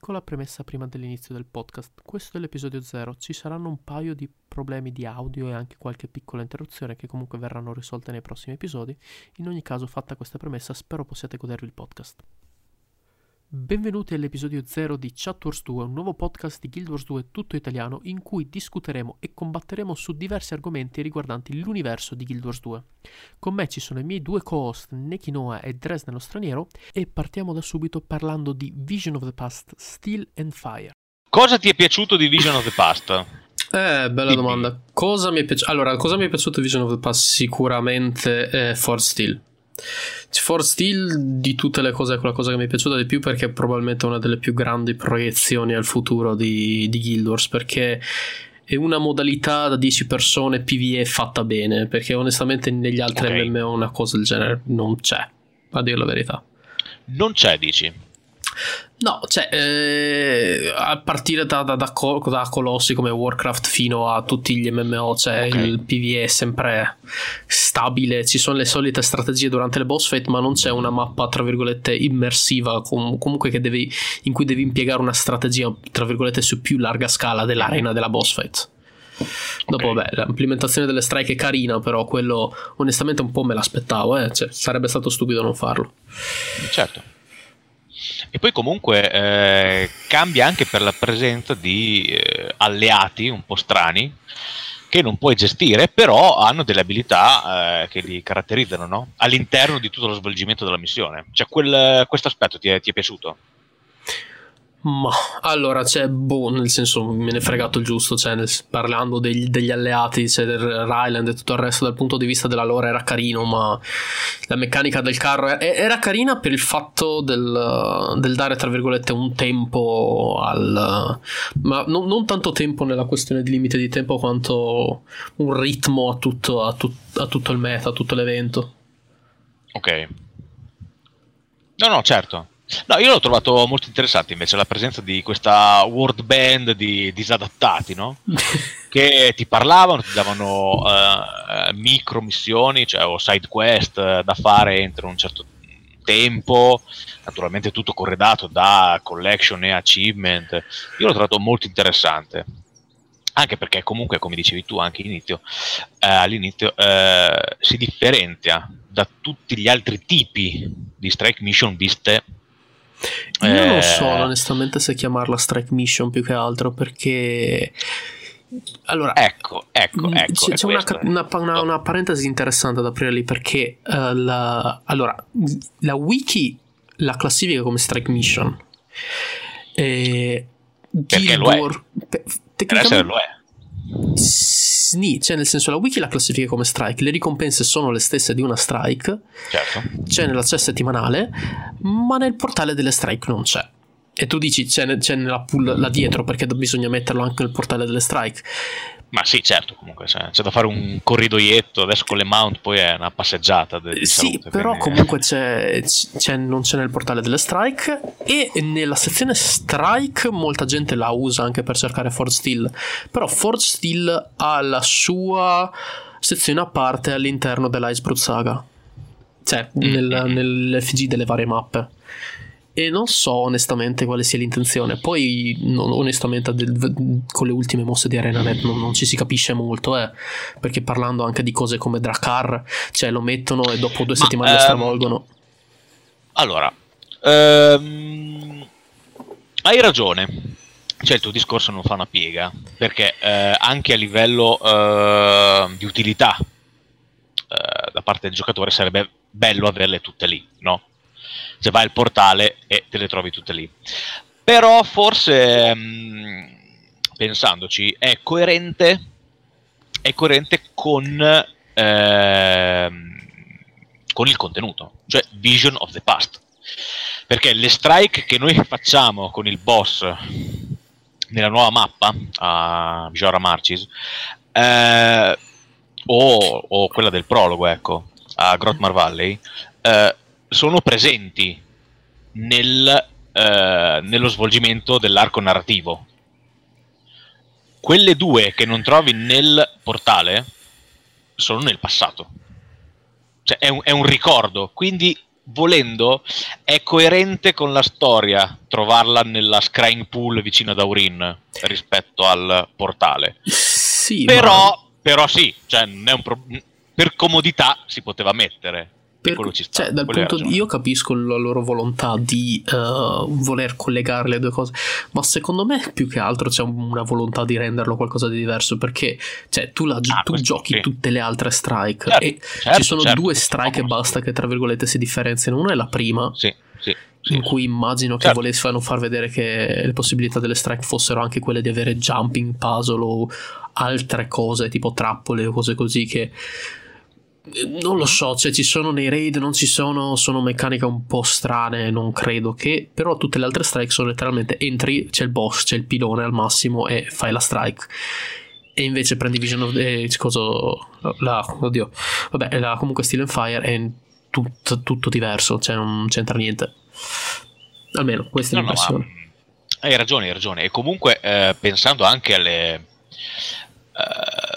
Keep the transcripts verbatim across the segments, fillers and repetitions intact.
Piccola premessa prima dell'inizio del podcast. Questo è l'episodio zero. Ci saranno un paio di problemi di audio e anche qualche piccola interruzione che comunque verranno risolte nei prossimi episodi. In ogni caso, fatta questa premessa, spero possiate godervi il podcast. Benvenuti all'episodio zero di Chat Wars due, un nuovo podcast di Guild Wars due tutto italiano in cui discuteremo e combatteremo su diversi argomenti riguardanti l'universo di Guild Wars due. Con me ci sono i miei due co-host Neki Noah e Dres nello straniero e partiamo da subito parlando di Vision of the Past, Steel and Fire. Cosa ti è piaciuto di Vision of the Past? Eh, bella Dimmi. domanda. Cosa mi è piaciuto? Allora, cosa mi è piaciuto di Vision of the Past? Sicuramente è Force Steel. Force Steel di tutte le cose è quella cosa che mi è piaciuta di più perché è probabilmente una delle più grandi proiezioni al futuro di, di Guild Wars, perché è una modalità da dieci persone P V E fatta bene, perché onestamente negli altri Ok. M M O una cosa del genere non c'è, a dire la verità. Non c'è, dici? No, cioè, eh, a partire da, da, da, co- da colossi come Warcraft fino a tutti gli M M O, cioè Ok. il P V E è sempre stabile, ci sono le solite strategie durante le boss fight, ma non c'è una mappa tra virgolette immersiva, com- comunque che devi, in cui devi impiegare una strategia tra virgolette su più larga scala dell'arena della boss fight. Dopo, Ok. vabbè, l'implementazione delle strike è carina, però quello onestamente un po' me l'aspettavo, eh? Cioè, sarebbe stato stupido non farlo. Certo. E poi comunque eh, cambia anche per la presenza di eh, alleati un po' strani che non puoi gestire, però hanno delle abilità eh, che li caratterizzano, no? All'interno di tutto lo svolgimento della missione. Cioè quel, questo aspetto ti è, ti è piaciuto? Ma allora, cioè, boh, nel senso, me ne è fregato il giusto, cioè, nel- parlando degli, degli alleati, cioè, del Ryland e tutto il resto, dal punto di vista della lore era carino, ma la meccanica del carro era, era carina per il fatto del, del dare, tra virgolette, un tempo al... ma non, non tanto tempo nella questione di limite di tempo, quanto un ritmo a tutto, a tut- a tutto il meta, a tutto l'evento. Ok. No, no, certo. No, io l'ho trovato molto interessante invece la presenza di questa world band di disadattati, no? Che ti parlavano, ti davano eh, micro missioni, cioè o side quest eh, da fare entro un certo tempo, naturalmente tutto corredato da collection e achievement. Io l'ho trovato molto interessante. Anche perché comunque, come dicevi tu anche all'inizio, eh, all'inizio eh, si differenzia da tutti gli altri tipi di strike mission viste. Io non so eh, onestamente se chiamarla strike mission più che altro, perché allora Ecco, ecco, Mm, ecco. c'è è c'è una, questo, eh. una- una- una parentesi interessante da aprire lì, perché eh, la, allora la wiki la classifica come strike mission e Perché Guild lo è. Wars- pe- Per essere tecnicamente lo è. sì, cioè nel senso la wiki la classifica come strike, le ricompense sono le stesse di una strike, Certo. c'è nella chat settimanale, ma nel portale delle strike non c'è. E tu dici c'è, ne- c'è nella pool là dietro, perché bisogna metterlo anche nel portale delle strike. Ma sì, certo, comunque c'è, c'è da fare un corridoietto, adesso con le mount poi è una passeggiata de- di Sì, salute, però quindi- comunque c'è, c'è- non c'è nel portale delle strike, e nella sezione strike molta gente la usa anche per cercare Forge Steel, però Forge Steel ha la sua sezione a parte all'interno dell'Icebrut Saga, cioè nel, nell'F G delle varie mappe, e non so onestamente quale sia l'intenzione. Poi non- onestamente del- con le ultime mosse di ArenaNet non, non ci si capisce molto, eh, perché parlando anche di cose come Drakkar, cioè lo mettono e dopo due Ma, settimane lo ehm, stravolgono. Allora, ehm, hai ragione, cioè il tuo discorso non fa una piega, perché eh, anche a livello eh, di utilità eh, da parte del giocatore sarebbe bello averle tutte lì, no? Se vai al portale e te le trovi tutte lì. Però forse, mh, pensandoci, è coerente, è coerente con, ehm, con il contenuto, cioè Vision of the Past. Perché le strike che noi facciamo con il boss nella nuova mappa, a Bijora Marches, eh, o, o quella del prologo, ecco, a Grotmar Valley, eh, sono presenti nel, eh, nello svolgimento dell'arco narrativo. Quelle due che non trovi nel portale sono nel passato, cioè è un, è un ricordo, quindi volendo è coerente con la storia trovarla nella scrying pool vicino ad Aurin rispetto al portale. Sì, però, ma... però sì, cioè, non è un pro... per comodità si poteva mettere. Per, ci sta, cioè, dal punto di, io capisco la loro volontà di uh, voler collegare le due cose, ma secondo me più che altro c'è una volontà di renderlo qualcosa di diverso, perché cioè, tu, la, ah, tu giochi sì. tutte le altre strike, certo, e certo, ci sono certo, due strike e basta che tra virgolette si differenziano. Una è la prima, sì, sì, sì, in cui immagino certo. che volessero far vedere che le possibilità delle strike fossero anche quelle di avere jumping puzzle o altre cose tipo trappole o cose così, che non lo so, cioè ci sono nei raid, non ci sono, sono meccaniche un po' strane, non credo che, però tutte le altre strike sono letteralmente entri, c'è il boss, c'è il pilone al massimo e fai la strike. E invece prendi Vision eh, coso, la, oddio, vabbè, la, comunque Steel and Fire è tutto, tutto diverso, cioè non c'entra niente, almeno questa è no, l'impressione. No, hai ragione, hai ragione, e comunque eh, pensando anche alle eh,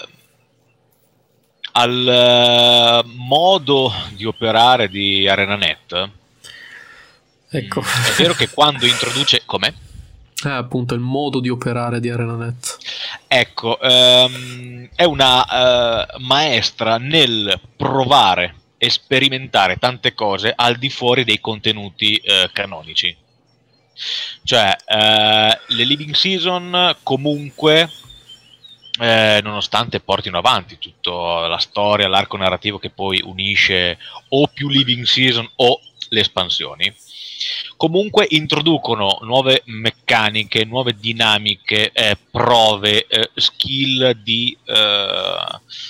al uh, modo di operare di ArenaNet, ecco, è vero che quando introduce com'è? Eh, appunto il modo di operare di ArenaNet, ecco, um, è una uh, maestra nel provare e sperimentare tante cose al di fuori dei contenuti uh, canonici, cioè uh, le Living Season comunque Eh, nonostante portino avanti tutta la storia, l'arco narrativo che poi unisce o più Living Season o le espansioni, comunque introducono nuove meccaniche, nuove dinamiche, eh, prove, eh, skill di eh,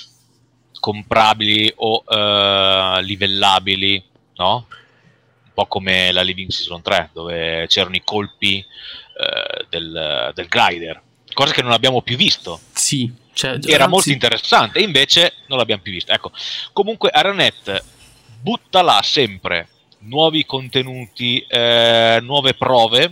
comprabili o eh, livellabili, no? Un po' come la Living Season tre, dove c'erano i colpi eh, del, del glider, cosa che non abbiamo più visto. Sì, cioè, era anzi... molto interessante, e invece non l'abbiamo più visto. Ecco, comunque ArenaNet butta là sempre nuovi contenuti, eh, nuove prove,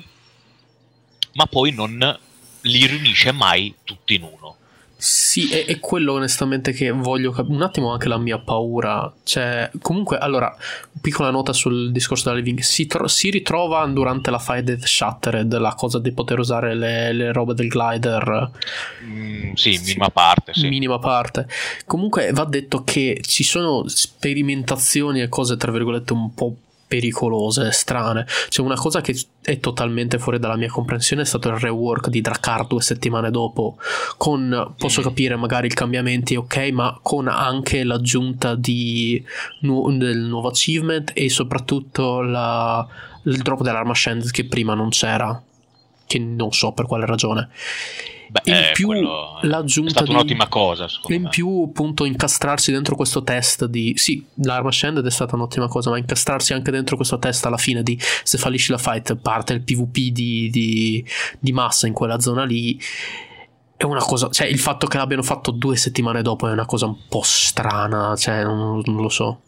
ma poi non li riunisce mai tutti in uno. Sì, è, è quello onestamente che voglio cap- un attimo anche la mia paura. Cioè, comunque, allora, piccola nota sul discorso della Living. Si, tro- si ritrova durante la fight Death Shattered la cosa di poter usare le, le robe del glider. Mm, sì, minima parte, sì. Minima parte. Comunque va detto che ci sono sperimentazioni e cose tra virgolette un po' pericolose, strane. C'è una cosa che è totalmente fuori dalla mia comprensione, è stato il rework di Drakkar due settimane dopo, con, posso capire magari i cambiamenti, ok, ma con anche l'aggiunta di nu- del nuovo achievement e soprattutto la, il drop dell'arma Shand che prima non c'era, che non so per quale ragione. Beh, in eh, più l'aggiunta è stata di, un'ottima cosa, in me. più appunto incastrarsi dentro questo test di sì, l'arma Shanded è stata un'ottima cosa, ma incastrarsi anche dentro questo test alla fine di se fallisci la fight parte il PvP di, di, di massa in quella zona lì, è una cosa, cioè il fatto che l'abbiano fatto due settimane dopo è una cosa un po' strana, cioè non, non lo so.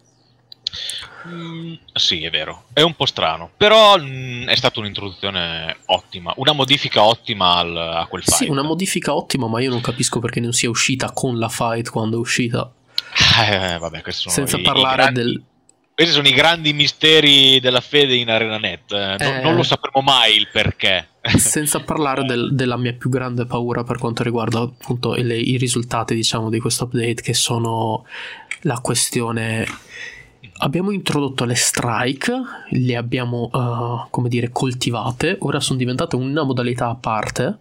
Mm, sì, è vero, è un po' strano, però mh, è stata un'introduzione ottima, una modifica ottima al, a quel fight. Sì, una modifica ottima, ma io non capisco perché non sia uscita con la fight quando è uscita. Eh, vabbè, questi sono senza i, parlare i grandi, del... questi sono i grandi misteri della fede in ArenaNet, eh, non, eh, non lo sapremo mai il perché. Senza parlare del, della mia più grande paura per quanto riguarda appunto le, i risultati, diciamo, di questo update, che sono la questione... Abbiamo introdotto le strike, le abbiamo, uh, come dire, coltivate, ora sono diventate una modalità a parte.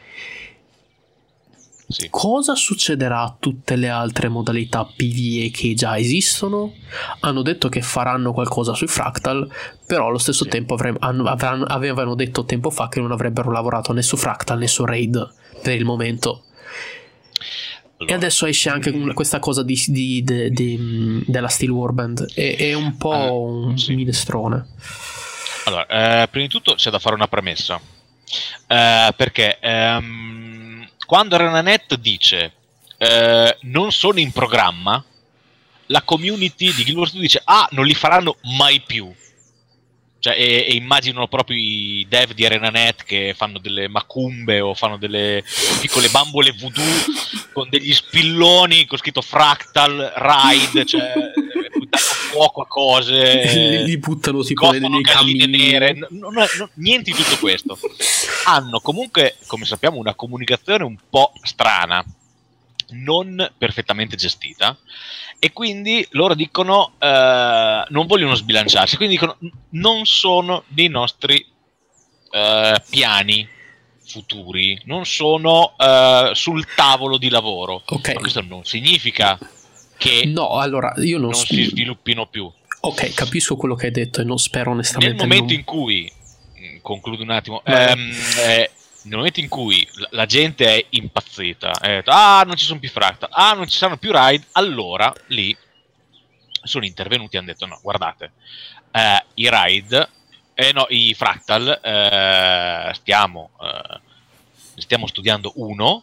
Sì. Cosa succederà a tutte le altre modalità P V E che già esistono? Hanno detto che faranno qualcosa sui Fractal, però allo stesso sì. tempo avrem- hanno, avranno, avevano detto tempo fa che non avrebbero lavorato né su Fractal né su Raid per il momento. Allora. E adesso esce anche questa cosa di, di, di, di, della Steel Warband. È, è un po' uh, un sì. minestrone. Allora, eh, prima di tutto c'è da fare una premessa. Eh, perché ehm, quando ArenaNet dice eh, non sono in programma, la community di Guild Wars due dice ah, non li faranno mai più. Cioè, e, e immaginano proprio i dev di ArenaNet che fanno delle macumbe o fanno delle piccole bambole voodoo con degli spilloni con scritto Fractal, Raid, cioè fuoco a cose, li, li buttano tipo nei, nei cammini nere, non, non, non, niente di tutto questo. Hanno comunque, come sappiamo, una comunicazione un po' strana, non perfettamente gestita, e quindi loro dicono eh, non vogliono sbilanciarsi, quindi dicono non sono nei nostri eh, piani futuri, non sono uh, sul tavolo di lavoro. Okay. Ma questo non significa che no, allora, io non, non sp- si sviluppino più. Ok, capisco quello che hai detto e non spero onestamente. Nel momento non... in cui, concludo un attimo, ehm, eh, nel momento in cui la, la gente è impazzita, è detto, ah non ci sono più fractal, ah non ci saranno più raid, allora lì sono intervenuti e hanno detto no, guardate, eh, i raid... Eh no, i fractal eh, stiamo, eh, stiamo studiando uno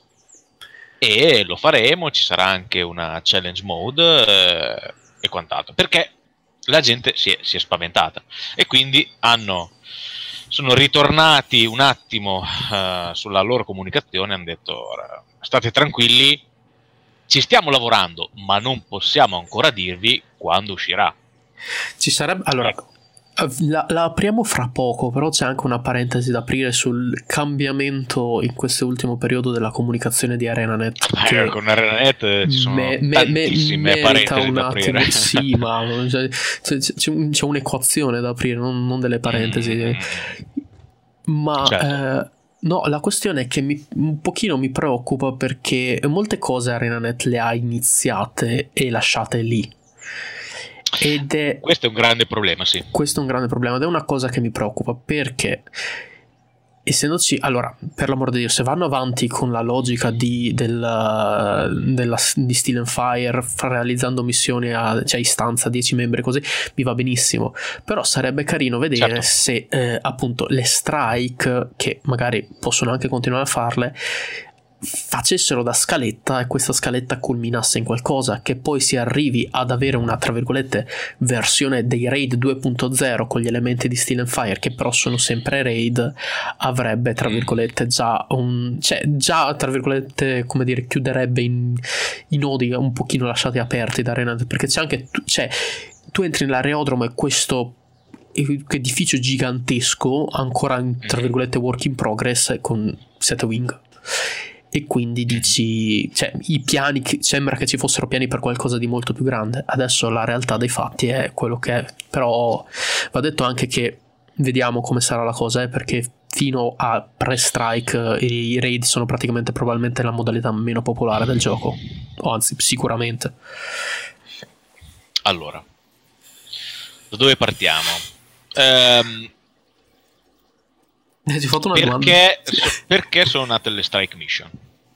e lo faremo, ci sarà anche una challenge mode eh, e quant'altro, perché la gente si è, si è spaventata e quindi hanno, sono ritornati un attimo eh, sulla loro comunicazione e hanno detto state tranquilli, ci stiamo lavorando ma non possiamo ancora dirvi quando uscirà. Ci sarebbe, allora... Ecco. La, la apriamo fra poco, però c'è anche una parentesi da aprire sul cambiamento in questo ultimo periodo della comunicazione di ArenaNet. Eh, che con ArenaNet ci sono me, tantissime me, parentesi da aprire. Sì, ma c'è, c'è, c'è, c'è un'equazione da aprire, non, non delle parentesi. Mm. Ma certo. eh, no, la questione è che mi, un pochino mi preoccupa perché molte cose ArenaNet le ha iniziate e lasciate lì. Ed è, questo è un grande problema, sì. Questo è un grande problema ed è una cosa che mi preoccupa perché essendoci, allora, per l'amor di Dio, se vanno avanti con la logica di, del, della, di Steel and Fire, realizzando missioni a, cioè a istanza dieci membri così, mi va benissimo, però sarebbe carino vedere certo. se eh, appunto le strike, che magari possono anche continuare a farle, facessero da scaletta e questa scaletta culminasse in qualcosa, che poi si arrivi ad avere una tra virgolette versione dei raid due punto zero con gli elementi di Steel and Fire che però sono sempre raid, avrebbe tra virgolette già un, cioè già tra virgolette come dire chiuderebbe in, i nodi un pochino lasciati aperti da Arena, perché c'è anche cioè tu entri nell'aerodromo e questo edificio gigantesco ancora in, tra virgolette work in progress con sette wing. E quindi dici, cioè i piani, sembra che ci fossero piani per qualcosa di molto più grande. Adesso la realtà dei fatti è quello che è. Però va detto anche che vediamo come sarà la cosa, eh, perché fino a pre-strike i raid sono praticamente probabilmente la modalità meno popolare del gioco, o anzi sicuramente. Allora, da dove partiamo? Ehm Ti ho fatto una perché, so, perché sono nate le strike mission?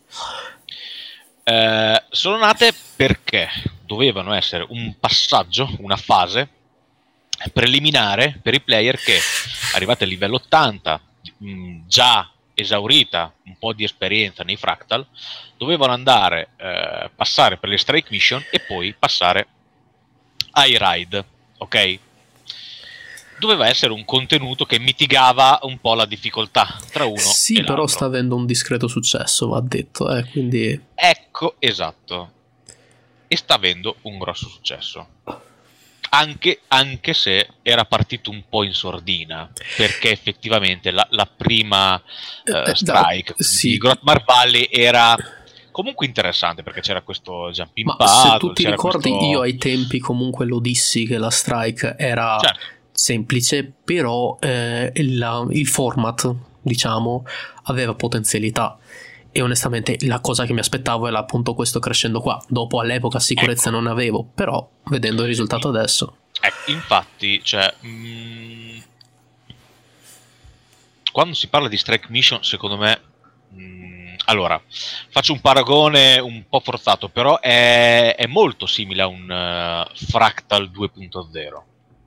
Eh, sono nate perché dovevano essere un passaggio, una fase preliminare per i player che arrivati a livello ottanta, mh, già esaurita un po' di esperienza nei fractal, dovevano andare eh, passare per le strike mission e poi passare ai raid, ok? Doveva essere un contenuto che mitigava un po' la difficoltà tra uno sì, e però l'altro. Sta avendo un discreto successo, va detto, eh, quindi... Ecco, esatto. E sta avendo un grosso successo. Anche, anche se era partito un po' in sordina, perché effettivamente la, la prima uh, strike eh, sì. di Grotmar Valley era comunque interessante, perché c'era questo jumping Ma pad. se tu ti ricordi, questo... io ai tempi comunque lo dissi che la strike era... Certo. semplice, però eh, il, il format diciamo aveva potenzialità e onestamente la cosa che mi aspettavo era appunto questo crescendo qua. Dopo all'epoca sicurezza ecco. non avevo, però vedendo il risultato adesso ecco, infatti cioè mh, quando si parla di strike mission secondo me mh, allora faccio un paragone un po' forzato, però è, è molto simile a un uh, Fractal due punto zero.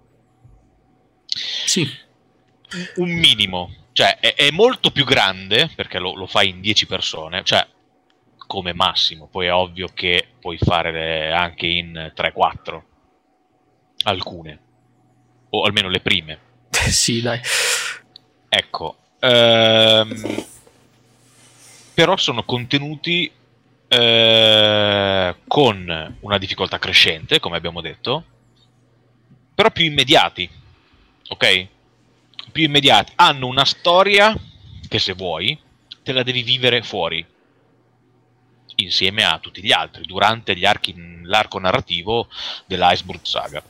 Sì, un minimo, cioè è, è molto più grande perché lo, lo fai in dieci persone, cioè come massimo, poi è ovvio che puoi fare anche in tre quattro alcune, o almeno le prime. Sì, dai. Ecco, ehm, però sono contenuti eh, con una difficoltà crescente, come abbiamo detto, però più immediati, ok? Più immediati, hanno una storia che se vuoi te la devi vivere fuori, insieme a tutti gli altri, durante gli archi, l'arco narrativo dell'Iceborne Saga.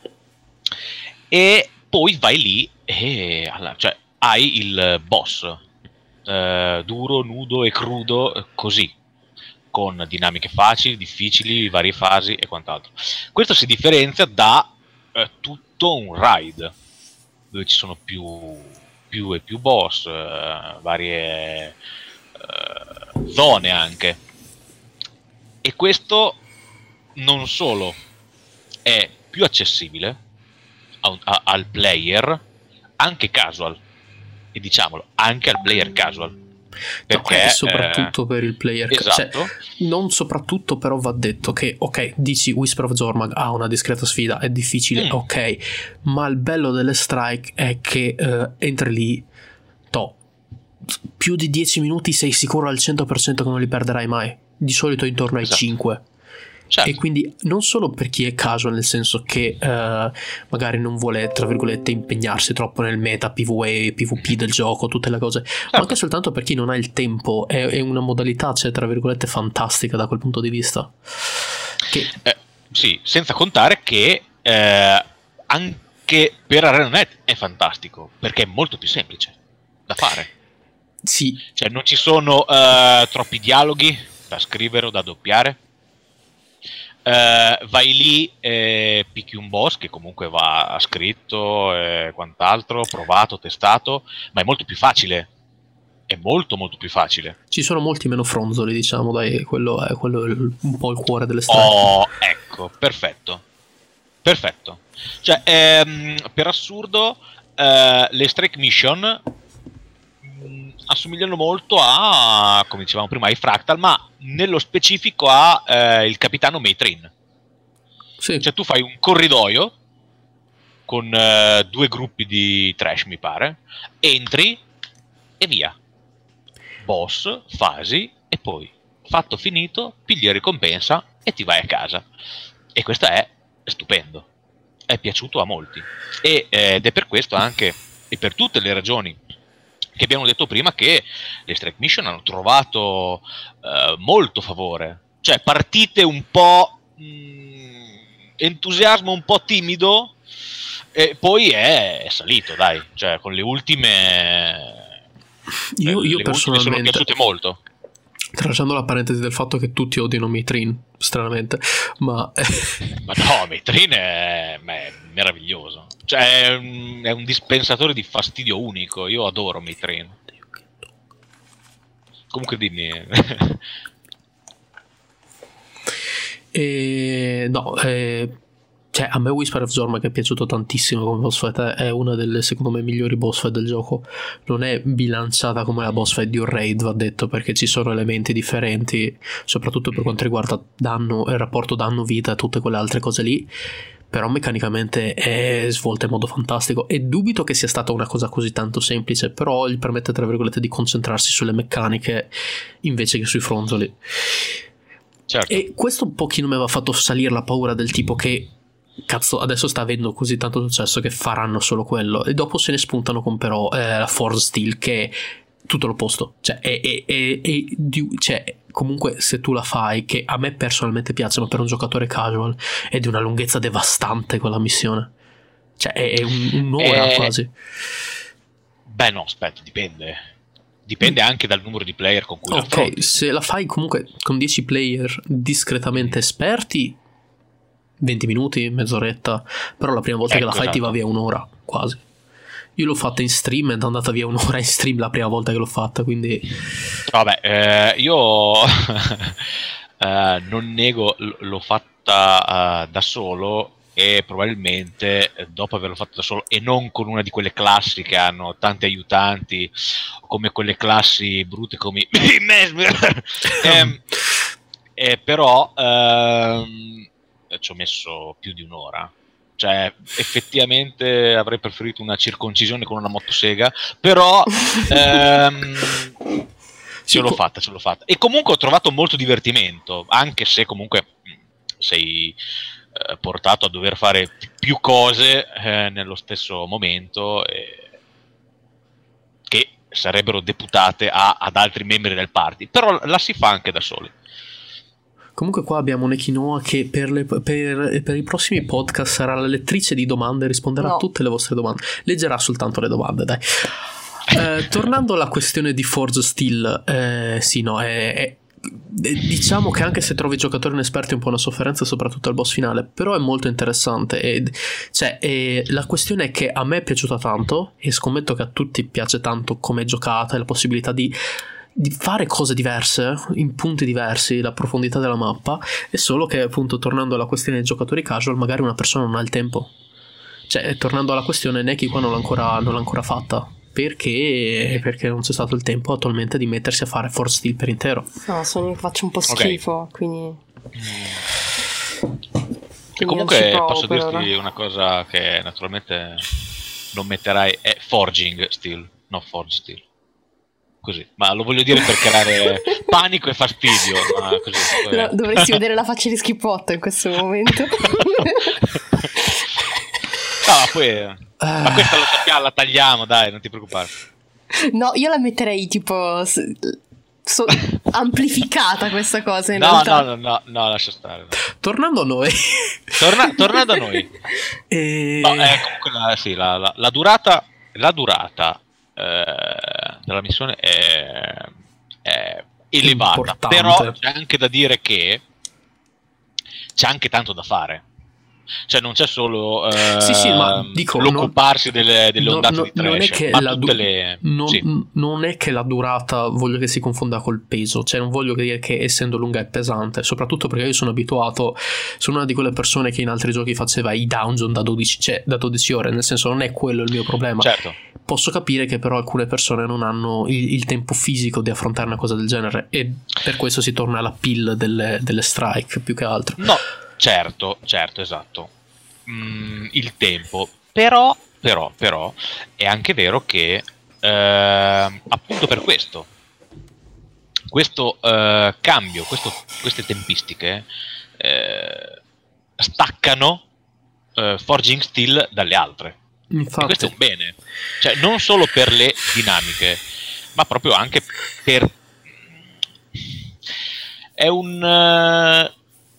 E poi vai lì e cioè, hai il boss eh, duro, nudo e crudo, così, con dinamiche facili, difficili, varie fasi e quant'altro. Questo si differenzia da eh, tutto un raid, dove ci sono più, più e più boss, eh, varie eh, zone anche. E questo non solo è più accessibile a, a, al player, anche casual, e diciamolo, anche al player casual. Perché, no, soprattutto eh, per il player, esatto. Cioè, non soprattutto, però va detto che ok, dici Whisper of Zormag ha una discreta sfida, è difficile, mm. ok, ma il bello delle strike è che eh, entri lì, to, più di dieci minuti sei sicuro al cento per cento che non li perderai mai, di solito intorno ai esatto. cinque. Certo. E quindi non solo per chi è casual, nel senso che uh, magari non vuole, tra virgolette, impegnarsi troppo nel meta P V E, P V P del gioco, tutte le cose, certo. ma anche soltanto per chi non ha il tempo. È, è una modalità, cioè, tra virgolette, fantastica da quel punto di vista. Che... Eh, sì, senza contare che eh, anche per ArenaNet è fantastico, perché è molto più semplice da fare. Sì. Cioè non ci sono uh, troppi dialoghi da scrivere o da doppiare. Uh, vai lì e picchi un boss che comunque va scritto e quant'altro, provato, testato, ma è molto più facile, è molto molto più facile. Ci sono molti meno fronzoli, diciamo, dai, quello è, quello è un po' il cuore delle strade. Oh, ecco, perfetto, perfetto. Cioè, ehm, per assurdo, eh, le Strike Mission assomigliano molto a, come dicevamo prima, ai Fractal, ma nello specifico a eh, il capitano Maytrain. Sì. Cioè tu fai un corridoio con eh, due gruppi di trash, mi pare, entri e via, boss, fasi e poi fatto finito pigli ricompensa e ti vai a casa. E questo è stupendo, è piaciuto a molti e, eh, ed è per questo anche e per tutte le ragioni che abbiamo detto prima che le Strike Mission hanno trovato uh, molto favore. Cioè partite un po' mh, entusiasmo un po' timido e poi è, è salito, dai, cioè con le ultime io, io le personalmente ultime sono piaciute molto, tralasciando la parentesi del fatto che tutti odiano Maytrain stranamente, ma ma no, Maytrain è, è meraviglioso, cioè è un, è un dispensatore di fastidio unico. Io adoro Maytrain. Comunque dimmi. e, no eh, cioè a me Whisper of Zormag è piaciuto tantissimo come boss fight, è una delle secondo me migliori boss fight del gioco. Non è bilanciata come la boss fight di un raid, va detto, perché ci sono elementi differenti, soprattutto per quanto riguarda danno, il rapporto danno-vita e tutte quelle altre cose lì, però meccanicamente è svolta in modo fantastico e dubito che sia stata una cosa così tanto semplice, però gli permette tra virgolette di concentrarsi sulle meccaniche invece che sui fronzoli. Certo. E questo un pochino mi aveva fatto salire la paura del tipo che cazzo adesso sta avendo così tanto successo che faranno solo quello, e dopo se ne spuntano con però eh, la Force Steel, che è tutto l'opposto, cioè è, è, è, è, cioè comunque se tu la fai, che a me personalmente piace, ma per un giocatore casual è di una lunghezza devastante quella missione, cioè è, è un, un'ora eh, quasi. Beh no, aspetta, dipende dipende anche dal numero di player con cui ok, la affronti. Se la fai comunque con dieci player discretamente esperti, venti minuti, mezz'oretta, però la prima volta ecco, che la fai esatto. ti va via un'ora quasi. Io l'ho fatta in stream ed è andata via un'ora in stream la prima volta che l'ho fatta, quindi vabbè, eh, io eh, non nego, l- l'ho fatta uh, da solo e probabilmente dopo averlo fatto da solo e non con una di quelle classi che hanno tanti aiutanti, come quelle classi brutte come i Mesmer eh, eh, però ehm, ci ho messo più di un'ora. Cioè effettivamente avrei preferito una circoncisione con una motosega, però ehm, ce l'ho fatta, ce l'ho fatta. E comunque ho trovato molto divertimento, anche se comunque sei eh, portato a dover fare più cose eh, nello stesso momento, eh, che sarebbero deputate a, ad altri membri del party, però la si fa anche da soli. Comunque qua abbiamo Nekinoa che per, le, per, per i prossimi podcast sarà la lettrice di domande, risponderà no. a tutte le vostre domande, leggerà soltanto le domande, dai. Eh, tornando alla questione di Forge Steel, eh, sì, no, è, è, diciamo che anche se trovi giocatori inesperti è un po' una sofferenza, soprattutto al boss finale, però è molto interessante. E, cioè, e la questione è che a me è piaciuta tanto, e scommetto che a tutti piace tanto come è giocata e la possibilità di di fare cose diverse in punti diversi, la profondità della mappa. È solo che, appunto, tornando alla questione dei giocatori casual, magari una persona non ha il tempo. Cioè, tornando alla questione, Neki qua non l'ha ancora, non l'ha ancora fatta perché perché non c'è stato il tempo attualmente di mettersi a fare Force Steel per intero. No, sono io che faccio un po' schifo, okay. quindi... E comunque posso dirti ora. Una cosa che naturalmente non metterai, è Forging Steel, no Forge Steel. Così, ma lo voglio dire per creare panico e fastidio, ma così, poi... no, dovresti vedere la faccia di Schippotto in questo momento. No, ma poi ma questa la, tappiamo, la tagliamo, dai, non ti preoccupare. No, io la metterei tipo so, amplificata questa cosa in no, realtà. No, no, no, no, lascia stare. No. Tornando a noi. Torna, tornando a noi. E... No, eh, comunque la, sì, la, la, la durata, la durata eh, della missione è, è elevata, importante. Però c'è anche da dire che c'è anche tanto da fare. Cioè non c'è solo eh, sì, sì, ma dico, l'occuparsi non, delle, delle no, ondate no, di trash, non è che ma la tutte du- le... non, sì. non è che la durata voglio che si confonda col peso, cioè non voglio dire che essendo lunga è pesante, soprattutto perché io sono abituato, sono una di quelle persone che in altri giochi faceva i dungeon da dodici, cioè da dodici ore, nel senso non è quello il mio problema. Certo. Posso capire che però alcune persone non hanno il, il tempo fisico di affrontare una cosa del genere, e per questo si torna alla pill delle, delle strike più che altro. No, certo, certo, esatto. Mm, il tempo, però, però, però è anche vero che eh, appunto per questo questo eh, cambio, questo, queste tempistiche eh, staccano eh, Forging Steel dalle altre. Infatti. E questo è un bene, cioè non solo per le dinamiche, ma proprio anche per è un uh,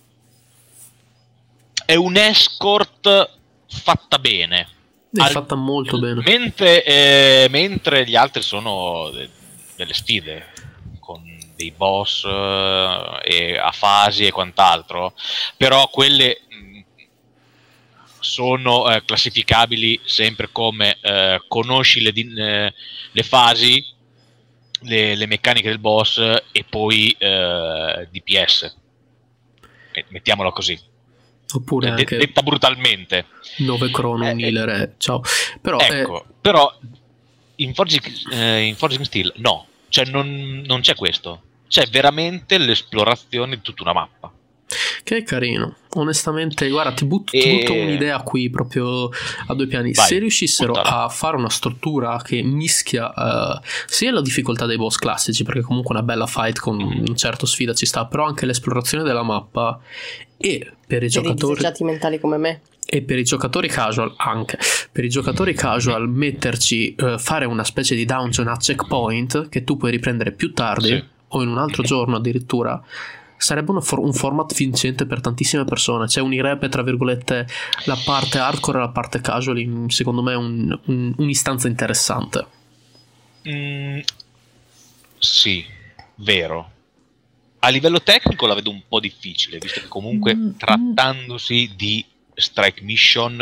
è un escort fatta bene, è Al... fatta molto bene, mentre, eh, mentre gli altri sono de- delle sfide con dei boss eh, e a fasi e quant'altro, però quelle mh, sono eh, classificabili sempre come eh, conosci le, din- eh, le fasi, le, le meccaniche del boss e poi eh, D P S, mettiamola così. Oppure anche detta brutalmente nove crono, un eh, healer eh, ciao. Però ecco, eh... però in Forging, eh, in Forging Steel no, cioè non, non c'è questo, c'è veramente l'esplorazione di tutta una mappa, che è carino, onestamente. Guarda, ti butto, e... ti butto un'idea qui proprio a due piani. Vai, se riuscissero buttala. a fare una struttura che mischia uh, sia la difficoltà dei boss classici, perché comunque una bella fight con un certo sfida ci sta, però anche l'esplorazione della mappa, e per i per giocatori i mentali come me, e per i giocatori casual, anche per i giocatori casual metterci uh, fare una specie di dungeon a checkpoint che tu puoi riprendere più tardi, sì, o in un altro giorno addirittura, sarebbe una for- un format vincente per tantissime persone. Cioè unirebbe tra virgolette la parte hardcore e la parte casual in, secondo me un, un, un'istanza interessante. Mm, sì, vero. A livello tecnico la vedo un po' difficile, visto che comunque mm, trattandosi mm. di strike mission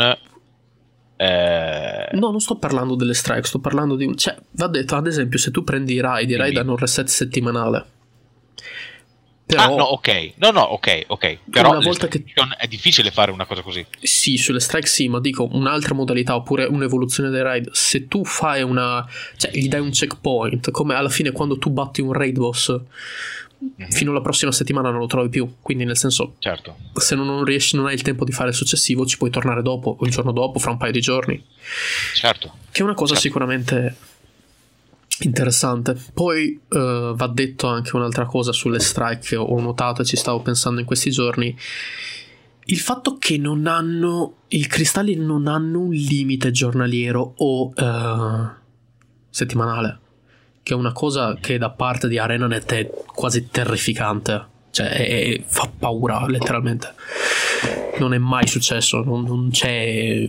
eh... no, non sto parlando delle strike, sto parlando di un... cioè va detto, ad esempio, se tu prendi i raid, i raid hanno un reset settimanale. Però, ah no, ok, no no, ok, ok, però una volta che... è difficile fare una cosa così. Sì, sulle strike sì, ma dico un'altra modalità oppure un'evoluzione dei raid. Se tu fai una, cioè gli dai un checkpoint, come alla fine quando tu batti un raid boss, mm-hmm, fino alla prossima settimana non lo trovi più, quindi nel senso, certo, se non, non riesci, non hai il tempo di fare il successivo, ci puoi tornare dopo o il giorno dopo, fra un paio di giorni, certo, che è una cosa certo, sicuramente interessante. Poi uh, va detto anche un'altra cosa sulle strike che ho notato e ci stavo pensando in questi giorni. il fatto che non hanno, i cristalli non hanno un limite giornaliero o uh, settimanale, che è una cosa che da parte di ArenaNet è quasi terrificante, cioè è, è, fa paura letteralmente. Non è mai successo, non, non c'è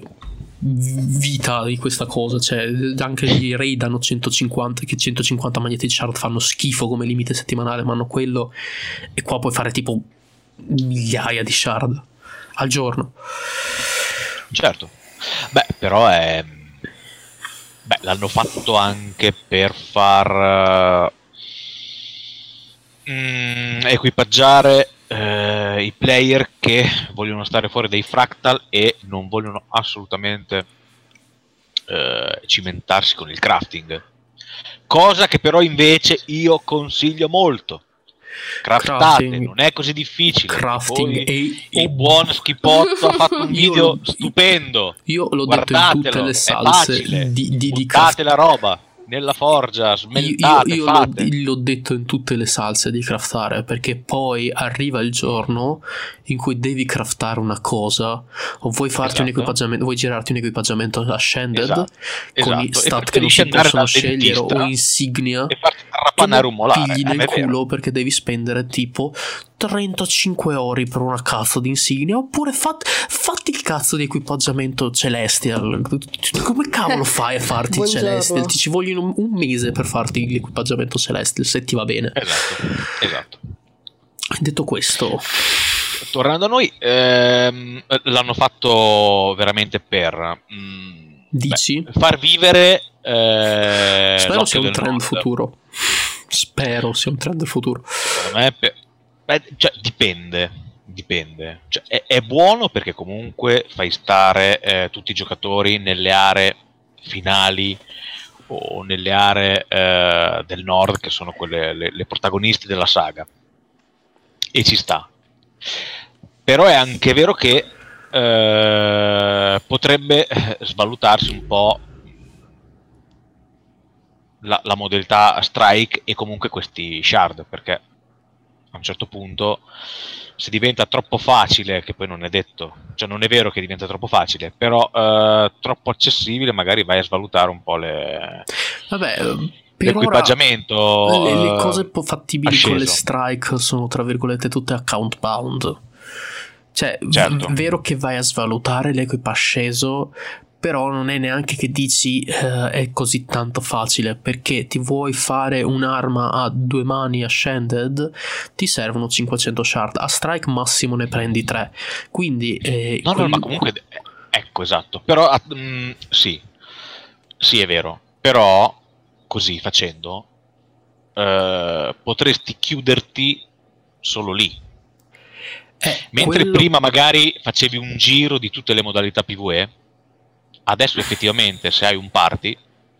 vita di questa cosa, cioè anche gli raid hanno centocinquanta, che centocinquanta Magnetic Shard fanno schifo come limite settimanale, ma hanno quello, e qua puoi fare tipo migliaia di shard al giorno. Certo, beh, però è beh, l'hanno fatto anche per far uh, mm, equipaggiare uh, i player che vogliono stare fuori dai fractal e non vogliono assolutamente uh, cimentarsi con il crafting, cosa che però invece io consiglio molto. Craftate, crafting, non è così difficile. Crafting e il buon Schipotto ha fatto un video lo, stupendo. Io l'ho detto in tutte le salse di, di, di craft... la roba nella forgia, smeltate, io, io l'ho, l'ho detto in tutte le salse di craftare, perché poi arriva il giorno in cui devi craftare una cosa, o vuoi farti esatto. un equipaggiamento, vuoi girarti un equipaggiamento ascended esatto. con esatto. i stat che non si possono scegliere o insignia e farti arrapanare un molare, pigli nel culo vero. Perché devi spendere tipo trentacinque ore per una cazzo di insignia, oppure fat, fatti il cazzo di equipaggiamento Celestial. Come cavolo fai a farti il Celestial? Ti ci vogliono un mese per farti l'equipaggiamento Celestial, se ti va bene. Esatto, esatto. Detto questo, tornando a noi, ehm, l'hanno fatto veramente per mh, dici? Beh, far vivere eh, spero sia un trend Nord. futuro spero sia un trend del futuro. Secondo me per, beh, cioè, dipende dipende cioè, è, è buono perché comunque fai stare eh, tutti i giocatori nelle aree finali o nelle aree eh, del nord, che sono quelle le, le protagonisti della saga, e ci sta. Però è anche vero che eh, potrebbe svalutarsi un po' la, la modalità strike e comunque questi shard, perché a un certo punto, se diventa troppo facile, che poi non è detto, cioè non è vero che diventa troppo facile, però eh, troppo accessibile, magari vai a svalutare un po' le vabbè l'equipaggiamento. Ora, le, le cose fattibili asceso. Con le strike sono tra virgolette tutte account bound, cioè certo. v- vero che vai a svalutare l'equipa sceso, però non è neanche che dici eh, è così tanto facile, perché ti vuoi fare un'arma a due mani ascended, ti servono cinquecento shard, a strike massimo ne prendi tre, quindi eh, no quel... no ma comunque ecco esatto, però mh, sì sì è vero, però così facendo eh, potresti chiuderti solo lì, eh, mentre quello... prima magari facevi un giro di tutte le modalità PvE. Adesso effettivamente se hai un party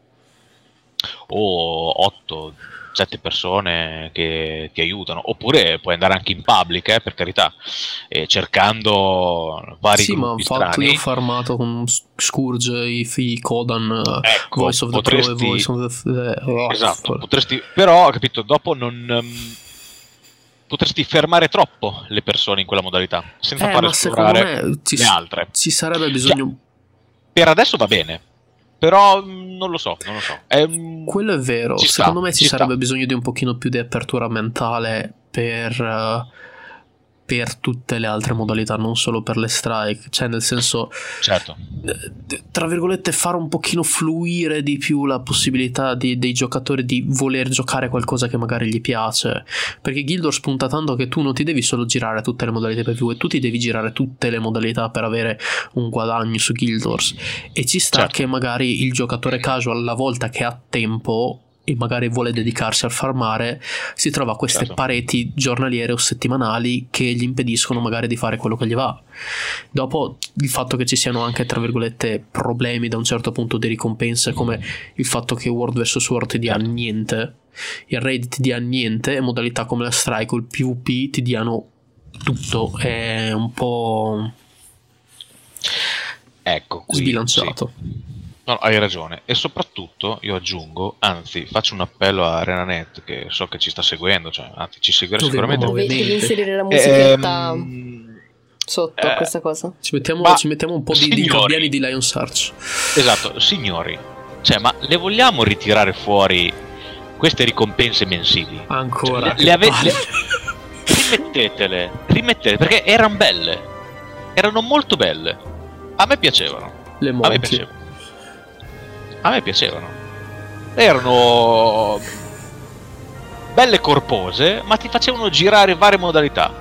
o otto sette persone che ti aiutano, oppure puoi andare anche in public, eh, per carità, eh, cercando vari sì, gruppi ma ho fatto, strani. Io ho farmato con Scourge, i figli Kodan, ecco, Voice of the potresti, Pro e Voice of the oh, esatto, potresti, però capito, dopo non um, potresti fermare troppo le persone in quella modalità senza eh, fare ma esplorare secondo me ci, le altre. Ci sarebbe bisogno, cioè, per adesso va bene, però non lo so, non lo so. È, quello è vero, ci secondo sta, me ci, ci sarebbe sta. bisogno di un pochino più di apertura mentale per uh, per tutte le altre modalità, non solo per le strike, cioè nel senso, certo, tra virgolette, fare un pochino fluire di più la possibilità di, dei giocatori di voler giocare qualcosa che magari gli piace, perché Guild Wars punta tanto che tu non ti devi solo girare tutte le modalità PvE, tu ti devi girare tutte le modalità per avere un guadagno su Guild Wars, e ci sta certo. che magari il giocatore casual, la volta che ha tempo e magari vuole dedicarsi al farmare, si trova queste certo. pareti giornaliere o settimanali che gli impediscono magari di fare quello che gli va. Dopo il fatto che ci siano anche tra virgolette problemi da un certo punto di ricompense, come il fatto che World versus World ti dia certo. niente, il raid ti dia niente, e modalità come la strike o il PvP ti diano tutto, è un po' ecco qui, sbilanciato. sì. No, hai ragione, e soprattutto io aggiungo, anzi faccio un appello a ArenaNet, che so che ci sta seguendo, cioè anzi ci seguirà Dovevo sicuramente. Devi, devi inserire la Ehm, musichetta. sotto Eh, questa cosa. Ci mettiamo, Ma, ci mettiamo un po' di, di signori, ingredienti di Lion's Arch. Esatto, signori, cioè, ma le vogliamo ritirare fuori queste ricompense mensili? Ancora. Cioè, che le, ave- palle. le- rimettetele, rimettetele, perché erano belle, erano molto belle. A me piacevano. Le A me monti. piacevano. A me piacevano. Erano belle corpose, ma ti facevano girare varie modalità.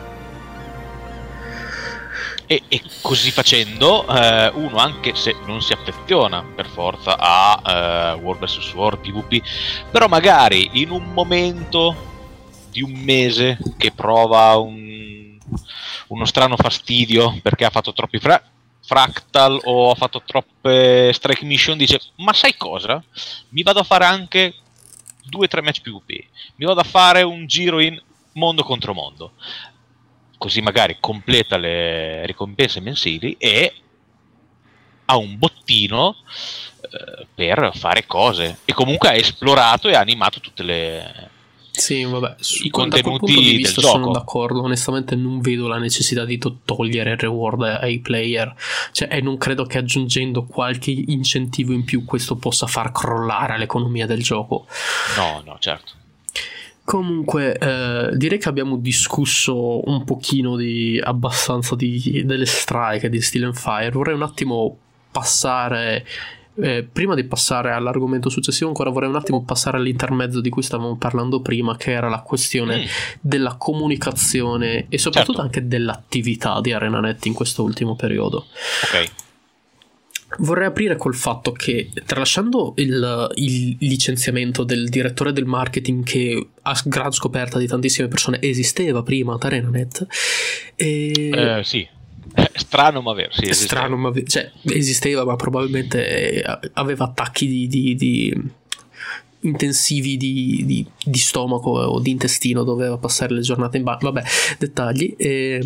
E, e così facendo, eh, uno, anche se non si affeziona per forza a eh, World versus. World, PvP, però magari in un momento di un mese che prova un, uno strano fastidio perché ha fatto troppi fra- fractal o ha fatto troppe strike mission, dice: ma sai cosa? Mi vado a fare anche due tre match PvP, mi vado a fare un giro in mondo contro mondo, così magari completa le ricompense mensili e ha un bottino eh, per fare cose, e comunque ha esplorato e ha animato tutte le Sì, vabbè, su, i da quel contenuti punto di del vista gioco. sono d'accordo. Onestamente non vedo la necessità di to- togliere il reward ai player, cioè, e non credo che aggiungendo qualche incentivo in più questo possa far crollare l'economia del gioco. No, no, certo. Comunque eh, direi che abbiamo discusso un pochino di abbastanza di, delle strike di Steel and Fire. Vorrei un attimo passare eh, prima di passare all'argomento successivo, ancora vorrei un attimo passare all'intermezzo di cui stavamo parlando prima, che era la questione Mm. della comunicazione e soprattutto Certo. anche dell'attività di ArenaNet in questo ultimo periodo. Ok. Vorrei aprire col fatto che, tralasciando il, il licenziamento del direttore del marketing, che a gran scoperta di tantissime persone esisteva prima ad ArenaNet, e... Eh, sì. Eh, strano ma vero, sì, esiste. strano, ma ve- cioè, esisteva, ma probabilmente eh, aveva attacchi di, di- di- intensivi di, di- di stomaco o di intestino, doveva passare le giornate in bagno. Vabbè, dettagli. ehm.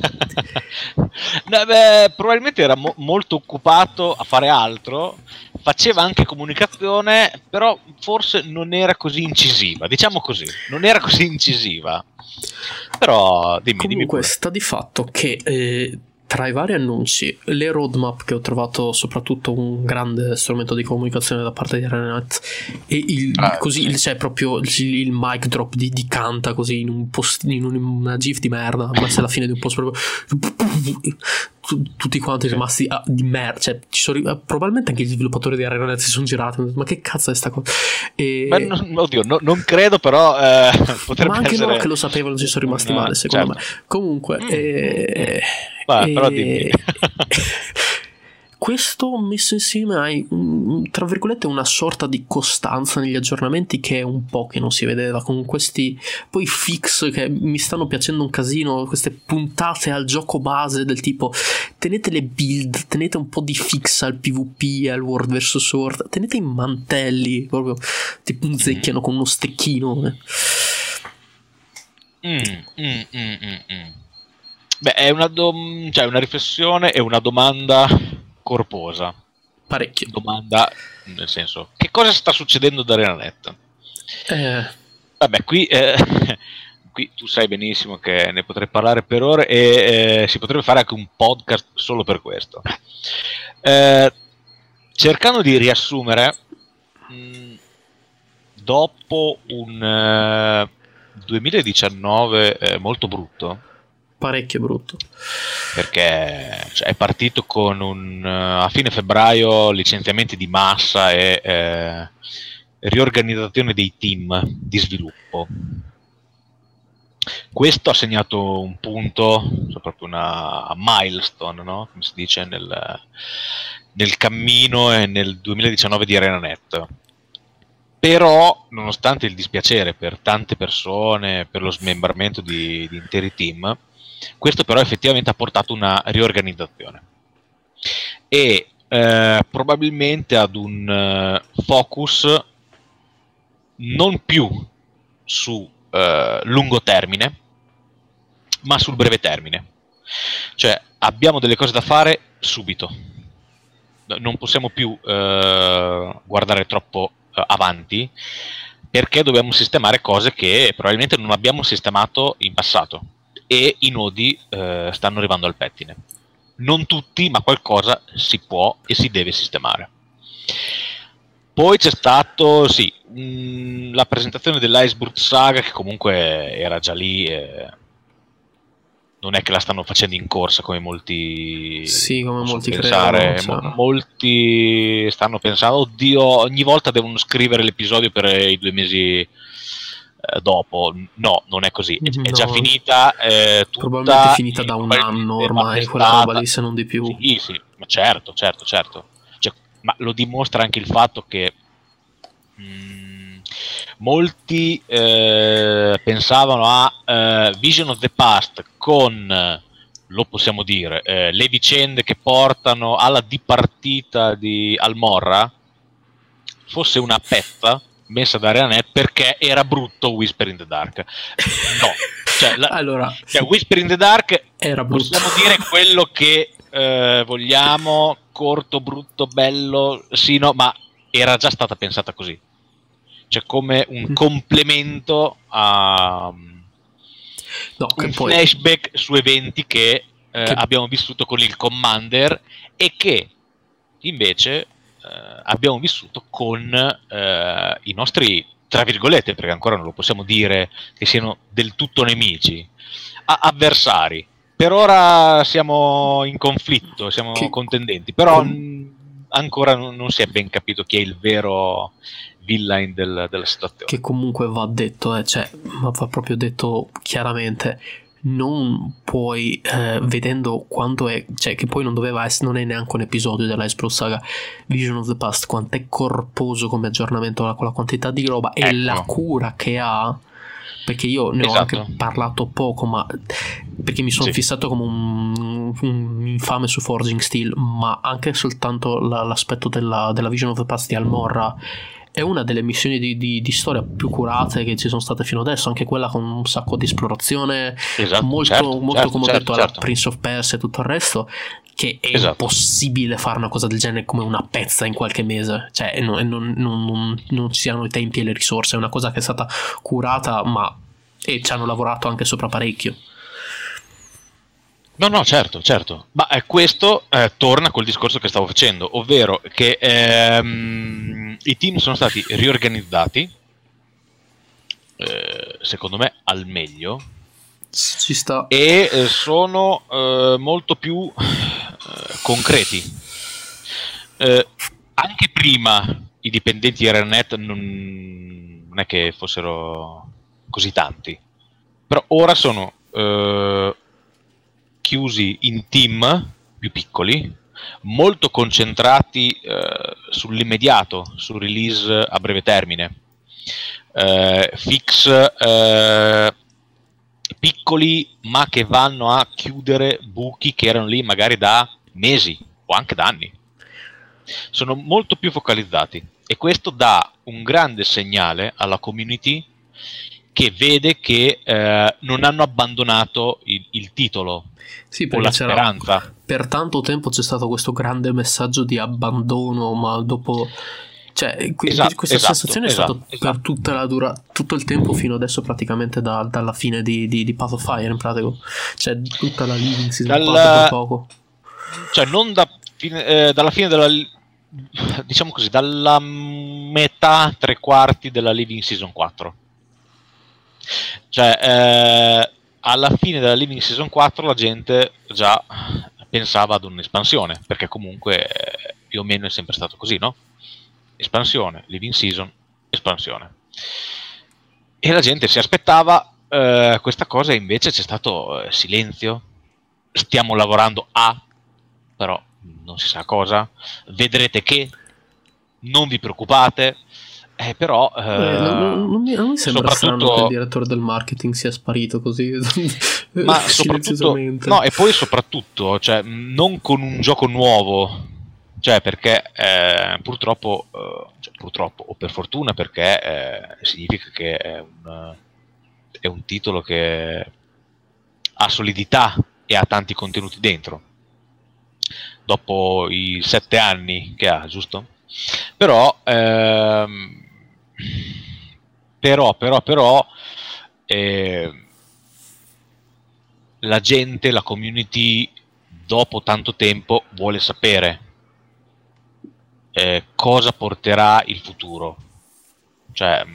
No, beh, probabilmente era mo- molto occupato a fare altro, faceva anche comunicazione, però forse non era così incisiva, diciamo così, non era così incisiva. Però dimmi, dimmi Comunque pure. sta di fatto che eh, tra i vari annunci, le roadmap, che ho trovato soprattutto un grande strumento di comunicazione da parte di ArenaNet, e il, Ah, così sì. il- c'è proprio il, il mic drop di, di Canta così in, un post, in un- una gif di merda, ma se alla fine di un post proprio tu- tutti quanti rimasti ah, di merda, cioè, ci sono, ri- probabilmente anche gli sviluppatori di ArenaNet si sono girati, ma che cazzo è sta cosa? E, Beh, non, oddio, no- non credo, però eh, potrebbe ma anche essere loro che lo sapevano ci sono rimasti un- male, secondo certo. me. Comunque, Mm. eh, Vai, eh, però dimmi. questo messo insieme hai, un- tra virgolette, una sorta di costanza negli aggiornamenti che è un po' che non si vedeva, con questi poi fix che mi stanno piacendo un casino, queste puntate al gioco base del tipo: tenete le build, tenete un po' di fix al PvP, al World versus. World, tenete i mantelli, proprio ti punzecchiano con uno stecchino. eh. Mm, mm, mm, mm, mm. Beh, è una, dom- cioè una riflessione e una domanda corposa. Parecchio. Domanda, nel senso, che cosa sta succedendo ad ArenaNet? Eh, Vabbè, qui, eh, qui tu sai benissimo che ne potrei parlare per ore e eh, si potrebbe fare anche un podcast solo per questo. Eh, cercando di riassumere, mh, dopo un eh, duemiladiciannove eh, molto brutto, parecchio brutto. perché cioè, è partito con un eh, a fine febbraio licenziamenti di massa e eh, riorganizzazione dei team di sviluppo. Questo ha segnato un punto, cioè proprio una milestone, no? Come si dice nel, nel cammino e nel duemiladiciannove di ArenaNet. Però, nonostante il dispiacere per tante persone, per lo smembramento di, di interi team, questo però effettivamente ha portato una riorganizzazione e eh, probabilmente ad un eh, focus non più su eh, lungo termine, ma sul breve termine. Cioè, abbiamo delle cose da fare subito, non possiamo più eh, guardare troppo eh, avanti, perché dobbiamo sistemare cose che probabilmente non abbiamo sistemato in passato. e i nodi eh, stanno arrivando al pettine. Non tutti, ma qualcosa si può e si deve sistemare. Poi c'è stato, sì, mh, la presentazione dell'Iceberg Saga, che comunque era già lì, eh, non è che la stanno facendo in corsa come molti, sì, come molti pensare. credono, cioè. Mo- molti stanno pensando, oddio, ogni volta devono scrivere l'episodio per i due mesi eh, dopo. No, non è così, è, No. è già finita, eh, tutta, probabilmente è finita da un anno ormai quella roba lì, se non di più. Sì, sì, ma certo, certo, certo. Cioè, ma lo dimostra anche il fatto che mh, molti eh, pensavano a eh, Vision of the Past con, lo possiamo dire, eh, le vicende che portano alla dipartita di Almorra fosse una pezza messa da Reanet perché era brutto Whisper in the Dark. No, cioè, la, allora, cioè Whisper in the Dark era brutto. Possiamo dire quello che eh, vogliamo, corto, brutto, bello, sì, no, ma era già stata pensata così. Cioè come un complemento a no, un poi... flashback su eventi che, eh, che abbiamo vissuto con il Commander e che invece Uh, abbiamo vissuto con uh, i nostri, tra virgolette, perché ancora non lo possiamo dire che siano del tutto nemici, a- avversari. Per ora siamo in conflitto, siamo che... contendenti, però n- ancora non, non si è ben capito chi è il vero villain del, della situazione. Che comunque va detto, eh, cioè, ma va proprio detto chiaramente. Non puoi, eh, vedendo quanto è, cioè che poi non doveva essere, non è neanche un episodio dell'Iceberg Saga, Vision of the Past, quanto è corposo come aggiornamento con la quantità di roba e ecco. la cura che ha, perché io ne esatto. ho anche parlato poco, ma perché mi sono sì. fissato come un, un infame su Forging Steel, ma anche soltanto la, l'aspetto della, della Vision of the Past di Almorra è una delle missioni di, di, di storia più curate che ci sono state fino adesso, anche quella con un sacco di esplorazione, esatto, molto, certo, molto certo, come ho certo, detto certo. alla Prince of Persia e tutto il resto, che è esatto. impossibile fare una cosa del genere come una pezza in qualche mese, cioè non, non, non, non, non ci siano i tempi e le risorse, è una cosa che è stata curata, ma e ci hanno lavorato anche sopra parecchio. No, no, certo, certo. Ma eh, questo eh, torna col discorso che stavo facendo, ovvero che ehm, i team sono stati riorganizzati, eh, secondo me, al meglio. Ci sta. E eh, sono eh, molto più eh, concreti. Eh, anche prima i dipendenti di Reanet non, non è che fossero così tanti, però ora sono... Eh, chiusi in team più piccoli, molto concentrati eh, sull'immediato, sul release a breve termine, eh, fix eh, piccoli ma che vanno a chiudere buchi che erano lì magari da mesi o anche da anni. Sono molto più focalizzati e questo dà un grande segnale alla community che vede che eh, non hanno abbandonato il, il titolo. Sì, o la speranza. Per tanto tempo c'è stato questo grande messaggio di abbandono, ma dopo, cioè, qui, esatto, questa esatto, sensazione esatto, è stata esatto. per tutta la dura, tutto il tempo fino adesso, praticamente da, dalla fine di, di, di Path of Fire, in pratica, cioè tutta la Living Season Dalla... quattro per poco. Cioè, non da fine, eh, dalla fine della, diciamo così, dalla metà, tre quarti della Living Season quattro. Cioè, eh, alla fine della Living Season quattro la gente già pensava ad un'espansione, perché comunque eh, più o meno è sempre stato così, no? Espansione, Living Season, espansione. E la gente si aspettava eh, questa cosa e invece c'è stato eh, silenzio. Stiamo lavorando a, però non si sa cosa, vedrete che, non vi preoccupate. Eh, però eh, eh, non, non, mi, non mi sembra strano che il direttore del marketing sia sparito così ma soprattutto no, e poi soprattutto cioè, non con un gioco nuovo, cioè perché eh, purtroppo eh, cioè, purtroppo o per fortuna, perché eh, significa che è un, è un titolo che ha solidità e ha tanti contenuti dentro dopo i sette anni che ha, giusto? Però ehm, però però però eh, la gente, la community, dopo tanto tempo vuole sapere eh, cosa porterà il futuro. Cioè,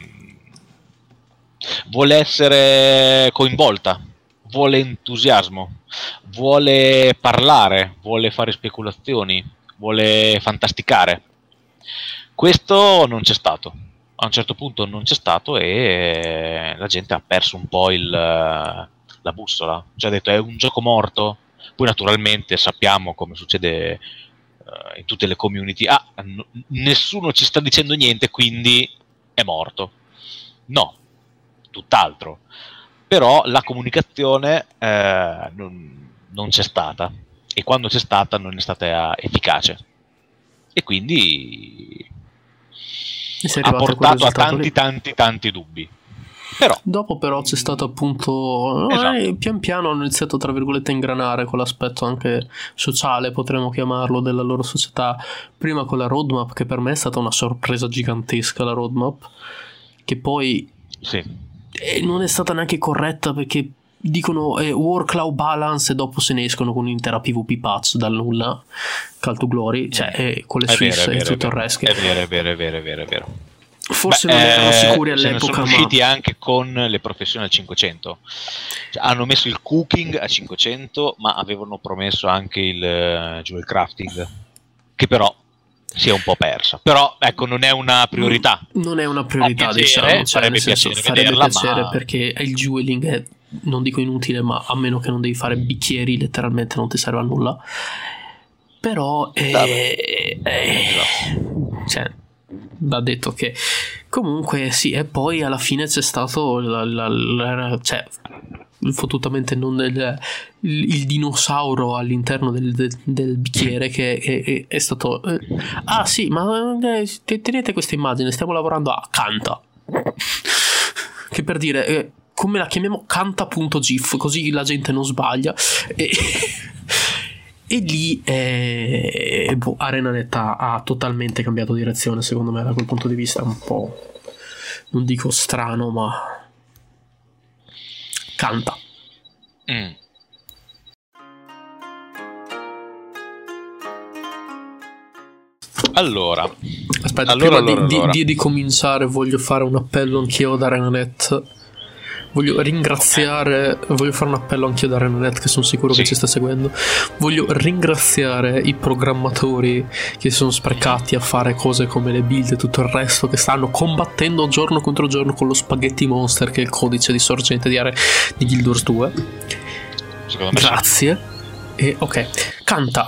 vuole essere coinvolta, vuole entusiasmo, vuole parlare, vuole fare speculazioni, vuole fantasticare. Questo non c'è stato. A un certo punto non c'è stato e la gente ha perso un po' il, la bussola. Cioè ha detto è un gioco morto. Poi naturalmente sappiamo, come succede uh, in tutte le community, ah, n- nessuno ci sta dicendo niente, quindi è morto. No, tutt'altro. Però la comunicazione eh, non, non c'è stata, e quando c'è stata non è stata efficace, e quindi ha portato a tanti lì. tanti tanti dubbi. Però dopo però c'è stato appunto esatto. eh, pian piano hanno iniziato tra virgolette a ingranare con l'aspetto anche sociale, potremmo chiamarlo, della loro società. Prima con la roadmap, che per me è stata una sorpresa gigantesca, la roadmap, che poi sì. eh, non è stata neanche corretta, perché dicono eh, work-life balance e dopo se ne escono con un'intera PvP patch dal nulla, Call to Glory, cioè eh, con le Swiss e tutto il resto. È vero, è vero, è vero, è vero, è vero. Forse Beh, non erano sicuri eh, all'epoca, sono ma usciti anche con le professioni al cinquecento. Cioè, hanno messo il cooking a cinquecento, ma avevano promesso anche il uh, jewel crafting, che però si è un po' persa. Però ecco, non è una priorità. Non è una priorità, piacere, diciamo, cioè, farebbe nel senso, piacere farebbe vederla, piacere, ma... perché il jewelling è, non dico inutile, ma a meno che non devi fare bicchieri, letteralmente non ti serve a nulla. Però eh, eh, cioè, va detto che comunque sì, e poi alla fine c'è stato la, la, la, cioè fottutamente non del, il, il dinosauro all'interno del, del, del bicchiere, che è, è, è stato eh, ah sì, ma eh, tenete questa immagine, stiamo lavorando a Canta, che per dire eh, come la chiamiamo, canta.gif, così la gente non sbaglia, e E lì eh, boh, ArenaNet ha, ha totalmente cambiato direzione, secondo me, da quel punto di vista un po', non dico strano, ma canta. Mm. Allora, aspetta, allora, prima allora, di, allora. Di, di cominciare voglio fare un appello anch'io ad ArenaNet. Voglio ringraziare, voglio fare un appello anch'io da ArenaNet, che sono sicuro sì. che ci sta seguendo. Voglio ringraziare i programmatori che si sono sprecati a fare cose come le build e tutto il resto, che stanno combattendo giorno contro giorno con lo Spaghetti Monster, che è il codice di sorgente di, Are- di Guild Wars due. Grazie. Sì. E ok, canta.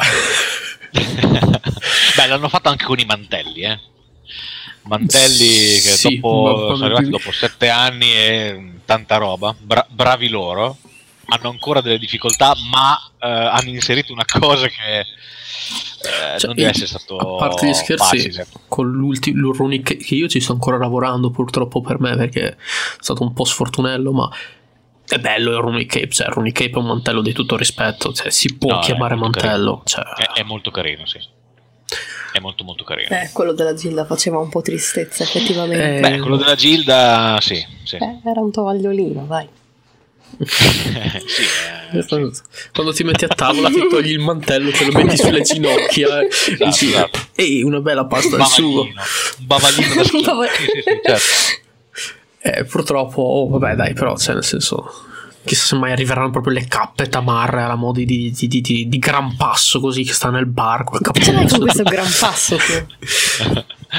Beh, l'hanno fatto anche con i mantelli, eh. Mantelli che sì, dopo sono arrivati dopo sette anni e tanta roba. Bra- bravi loro. Hanno ancora delle difficoltà, ma eh, hanno inserito una cosa che eh, cioè, non deve essere stato a parte gli scherzi, facile. Con l'ultimo Runic, che io ci sto ancora lavorando purtroppo per me, perché è stato un po' sfortunello, ma è bello il Runic Cape. Cioè, il Runic Cape è un mantello di tutto rispetto, cioè, si può no, chiamare mantello, cioè... è, è molto carino, sì. È molto molto carino. Eh, quello della Gilda faceva un po' tristezza, effettivamente. Eh, Beh, quello della Gilda, sì, sì. Eh, era un tovagliolino, vai. sì, eh, sì. Quando ti metti a tavola ti togli il mantello, te lo metti sulle ginocchia, esatto, dici, esatto. ehi, una bella pasta al sugo. Un bavaglino da schifo. Sì, sì, sì, certo. Eh, purtroppo, oh, vabbè, dai, però, cioè, nel senso, chissà se mai arriveranno proprio le cappe tamarre alla modi di, di, di, di, di gran passo, così, che sta nel bar col Ce l'hai con questo gran passo tu?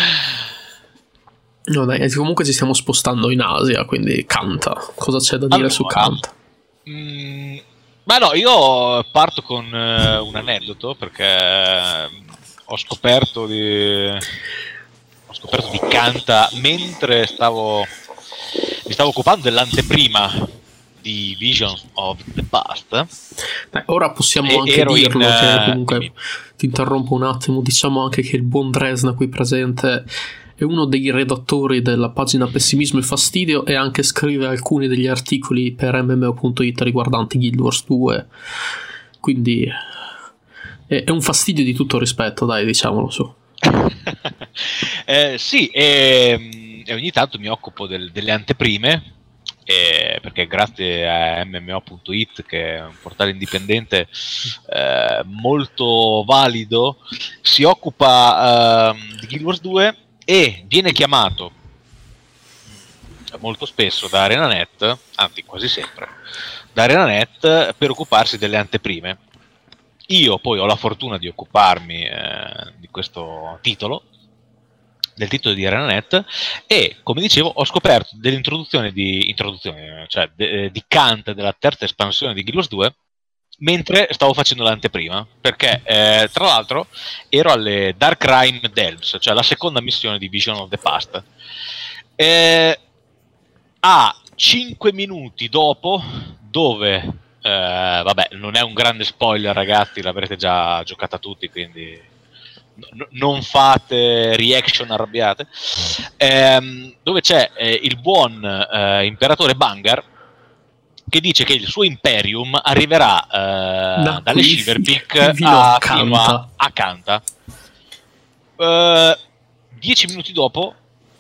No, dai, comunque ci stiamo spostando in Asia, quindi canta. Cosa c'è da dire allora, su canta? Mm, ma no, io parto con uh, un aneddoto, perché ho scoperto di ho scoperto di Canta mentre stavo mi stavo occupando dell'anteprima di Visions of the Past. Dai, ora possiamo e anche dirlo, in, che comunque dimmi. Ti interrompo un attimo, diciamo anche che il buon Dresna qui presente è uno dei redattori della pagina Pessimismo e Fastidio, e anche scrive alcuni degli articoli per M M O punto it riguardanti Guild Wars due, quindi è, è un fastidio di tutto rispetto, dai, diciamolo su. eh, sì, e, e ogni tanto mi occupo del, delle anteprime, eh, perché grazie a M M O punto it, che è un portale indipendente eh, molto valido, si occupa eh, di Guild Wars due e viene chiamato molto spesso da ArenaNet, anzi quasi sempre, da ArenaNet per occuparsi delle anteprime. Io poi ho la fortuna di occuparmi eh, di questo titolo, del titolo di ArenaNet, e come dicevo ho scoperto dell'introduzione di introduzione, cioè de, di Kant della terza espansione di Guild Wars due mentre stavo facendo l'anteprima, perché eh, tra l'altro ero alle Dark Crime Delves, cioè la seconda missione di Vision of the Past. Eh, a cinque minuti dopo, dove eh, vabbè, non è un grande spoiler ragazzi, l'avrete già giocata tutti, quindi n- non fate reaction arrabbiate, ehm, dove c'è eh, il buon eh, imperatore Bangar che dice che il suo Imperium arriverà eh, Da dalle qui Shiverpeak fino a, a fino a, Kanta. a Kanta. Eh, dieci minuti dopo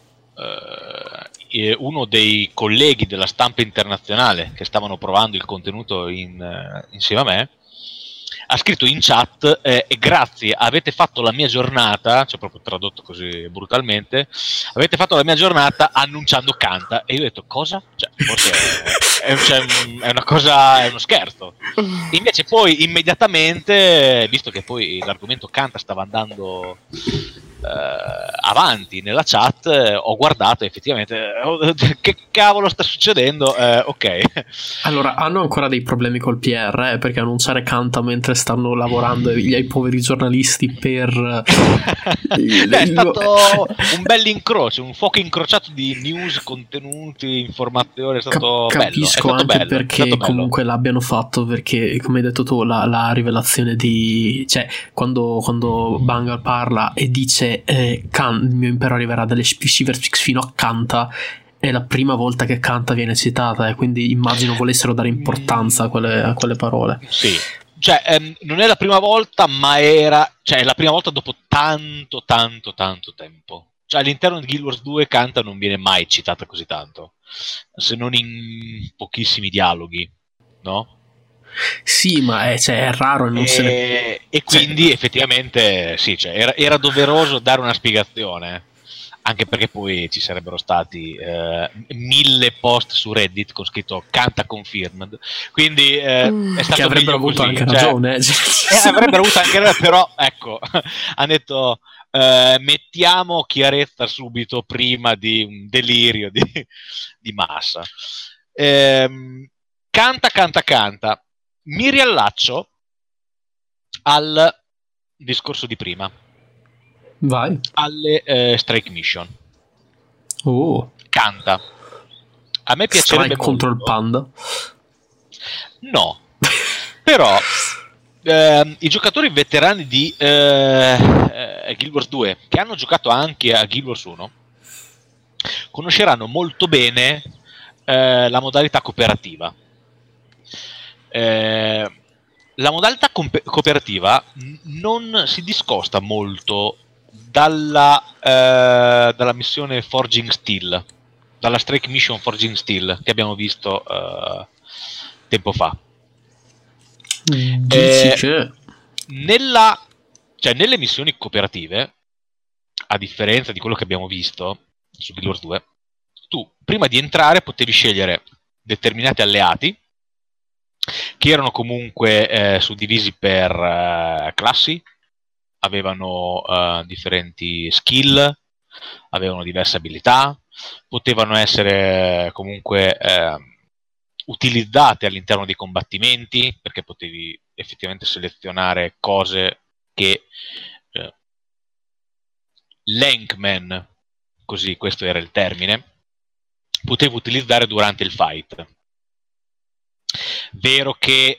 eh, uno dei colleghi della stampa internazionale che stavano provando il contenuto in, eh, insieme a me ha scritto in chat eh, e grazie, avete fatto la mia giornata, cioè proprio tradotto così brutalmente, avete fatto la mia giornata annunciando Kanta. E io ho detto cosa? Cioè, forse è, è, cioè, è una cosa, è uno scherzo. E invece poi immediatamente, visto che poi l'argomento Kanta stava andando eh, avanti nella chat, eh, ho guardato effettivamente eh, che cavolo sta succedendo. Eh, ok. Allora, hanno ancora dei problemi col P R, eh, perché annunciare Kanta mentre stanno lavorando ai, ai poveri giornalisti per... Beh, è stato un bel incrocio, un fuoco incrociato di news, contenuti, informazioni, è stato Cap- bello. Capisco è stato anche bello, perché è stato bello. comunque l'abbiano fatto, perché come hai detto tu la, la rivelazione di... cioè quando, quando Bangal parla e dice eh, Kan, il mio impero arriverà dalle Shiverpix fino a Kanta, è la prima volta che Kanta viene citata e quindi immagino volessero dare importanza a quelle, a quelle parole. Sì, cioè ehm, non è la prima volta, ma era, cioè è la prima volta dopo tanto tanto tanto tempo. Cioè all'interno di Guild Wars due Kanta non viene mai citata così tanto, se non in pochissimi dialoghi, no? Sì, ma è, cioè, è raro e non e, se ne... e quindi cioè... effettivamente sì, cioè, era, era doveroso dare una spiegazione, anche perché poi ci sarebbero stati eh, mille post su Reddit con scritto Kanta confirmed, quindi eh, Mm. è stato che avrebbero meglio avuto così, anche cioè, ragione. eh, avrebbero avuto anche ragione, però ecco, hanno detto eh, mettiamo chiarezza subito prima di un delirio di, di massa. ehm, Canta canta canta mi riallaccio al discorso di prima, Vai. alle eh, strike mission. Oh. Canta, a me piacerebbe Strike contro molto. il panda. No, però eh, i giocatori veterani di eh, eh, Guild Wars due, che hanno giocato anche a Guild Wars uno, conosceranno molto bene eh, la modalità cooperativa. Eh, la modalità comp- cooperativa n- non si discosta molto dalla, eh, dalla missione Forging Steel, dalla Strike Mission Forging Steel che abbiamo visto eh, tempo fa. Dici Eh, che... nella, cioè nelle missioni cooperative, a differenza di quello che abbiamo visto su Guild Wars due, tu prima di entrare potevi scegliere determinati alleati che erano comunque eh, suddivisi per eh, classi, avevano eh, differenti skill, avevano diverse abilità, potevano essere comunque eh, utilizzate all'interno dei combattimenti, perché potevi effettivamente selezionare cose che eh, l'Ankman, così questo era il termine, potevo utilizzare durante il fight. Vero che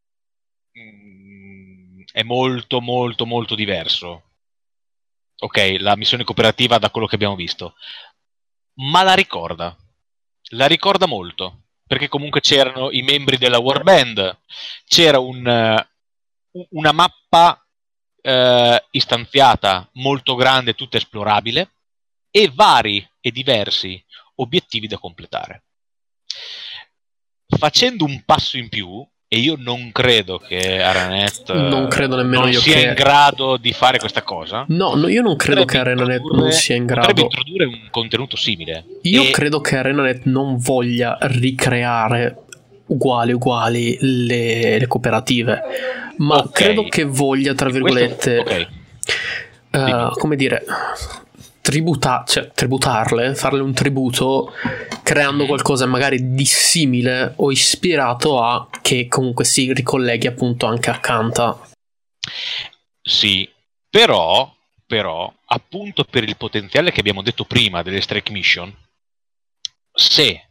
mh, è molto molto molto diverso, ok, la missione cooperativa da quello che abbiamo visto, ma la ricorda, la ricorda molto, perché comunque c'erano i membri della Warband, c'era un, uh, una mappa uh, istanziata molto grande, tutta esplorabile, e vari e diversi obiettivi da completare. facendo un passo in più, e io non credo che ArenaNet non credo nemmeno non io sia che... in grado di fare questa cosa. No, no, io non credo che ArenaNet non sia in grado. Potrebbe introdurre un contenuto simile. Io e... credo che ArenaNet non voglia ricreare uguali uguali le, le cooperative, ma okay. credo che voglia, tra virgolette, Questo... okay. uh, come dire, tributa- cioè, tributarle, farle un tributo creando qualcosa magari di simile o ispirato a, che comunque si ricolleghi appunto anche a Kanta. Sì, però, però appunto per il potenziale che abbiamo detto prima delle Strike Mission, se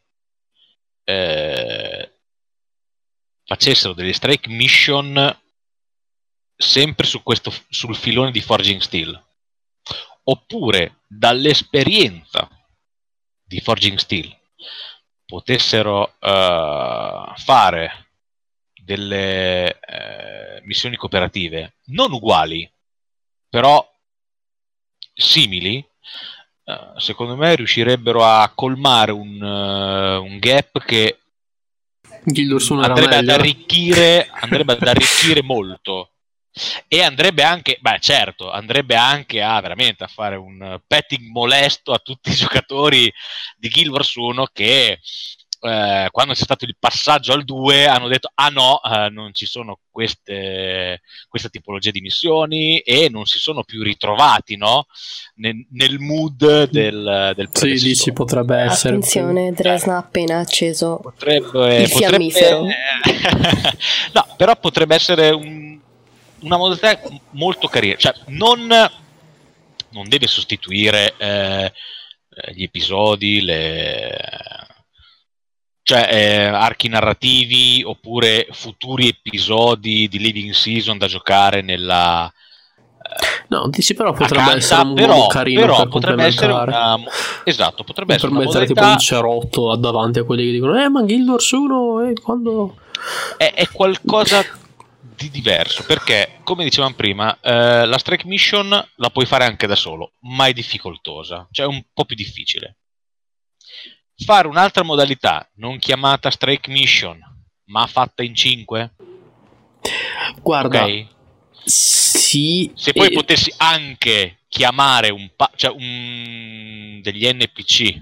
eh, facessero delle Strike Mission sempre su questo, sul filone di Forging Steel, oppure dall'esperienza di Forging Steel potessero uh, fare delle uh, missioni cooperative non uguali però simili, uh, secondo me riuscirebbero a colmare un, uh, un gap che andrebbe ad arricchire andrebbe ad arricchire molto. E andrebbe anche, beh certo, andrebbe anche a veramente a fare un petting molesto a tutti i giocatori di Guild Wars uno che eh, quando c'è stato il passaggio al due hanno detto ah no, eh, non ci sono queste questa tipologia di missioni e non si sono più ritrovati, no? Nel, nel mood del, del sì, dici potrebbe essere. Attenzione, Dresna ha appena acceso potrebbe, il fiammifero. Potrebbe, no, però potrebbe essere un una modalità molto carina, cioè non, non deve sostituire eh, gli episodi, le, cioè eh, archi narrativi oppure futuri episodi di Living Season da giocare nella eh, no, dici però potrebbe Kanta, essere un però, modo carino però per potrebbe essere una, esatto, potrebbe essere una modalità tipo un cerotto davanti a quelli che dicono eh ma Guild Wars uno eh, quando è, è qualcosa di diverso, perché come dicevamo prima eh, la Strike Mission la puoi fare anche da solo, ma è difficoltosa, cioè un po' più difficile. Fare un'altra modalità non chiamata Strike Mission ma fatta in cinque, guarda, okay? Sì, se poi e... potessi anche chiamare un pa- cioè un degli N P C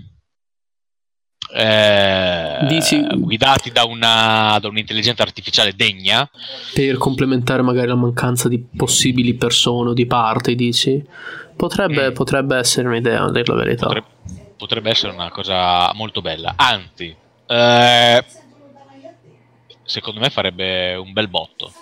Eh, Dici, guidati da, una, da un'intelligenza artificiale degna per complementare magari la mancanza di possibili persone o di parti, dici? Potrebbe, mm. potrebbe essere un'idea, a dire la verità. Potrebbe, potrebbe essere una cosa molto bella, anzi eh, secondo me farebbe un bel botto.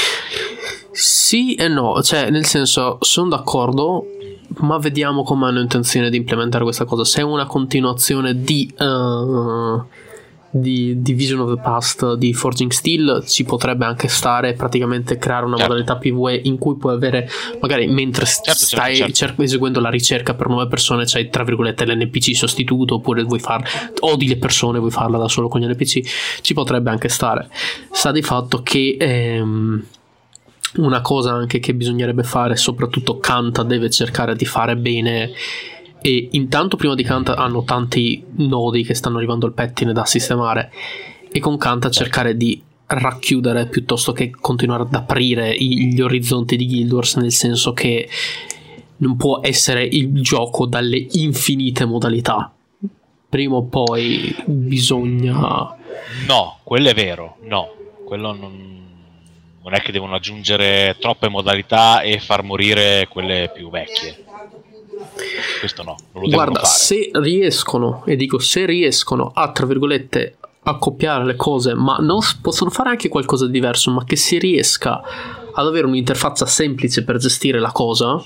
Sì e no, cioè nel senso sono d'accordo, ma vediamo come hanno intenzione di implementare questa cosa. Se è una continuazione di uh, di Division of the Past di Forging Steel, ci potrebbe anche stare praticamente creare una certo. modalità P V E in cui puoi avere magari mentre certo, stai certo, certo. eseguendo la ricerca per nuove persone c'hai tra virgolette l'N P C sostituto, oppure vuoi far odi le persone, vuoi farla da solo con gli N P C, ci potrebbe anche stare. Sta di fatto che ehm, una cosa anche che bisognerebbe fare, soprattutto Kanta deve cercare di fare bene, e intanto prima di Kanta hanno tanti nodi che stanno arrivando al pettine da sistemare, e con Kanta cercare di racchiudere piuttosto che continuare ad aprire gli orizzonti di Guild Wars, nel senso che non può essere il gioco dalle infinite modalità, prima o poi bisogna no, quello è vero, no, quello non non è che devono aggiungere troppe modalità e far morire quelle più vecchie. Questo no, non lo guarda fare. Se riescono, e dico se riescono a tra virgolette accoppiare le cose, ma non possono fare anche qualcosa di diverso, ma che si riesca ad avere un'interfaccia semplice per gestire la cosa,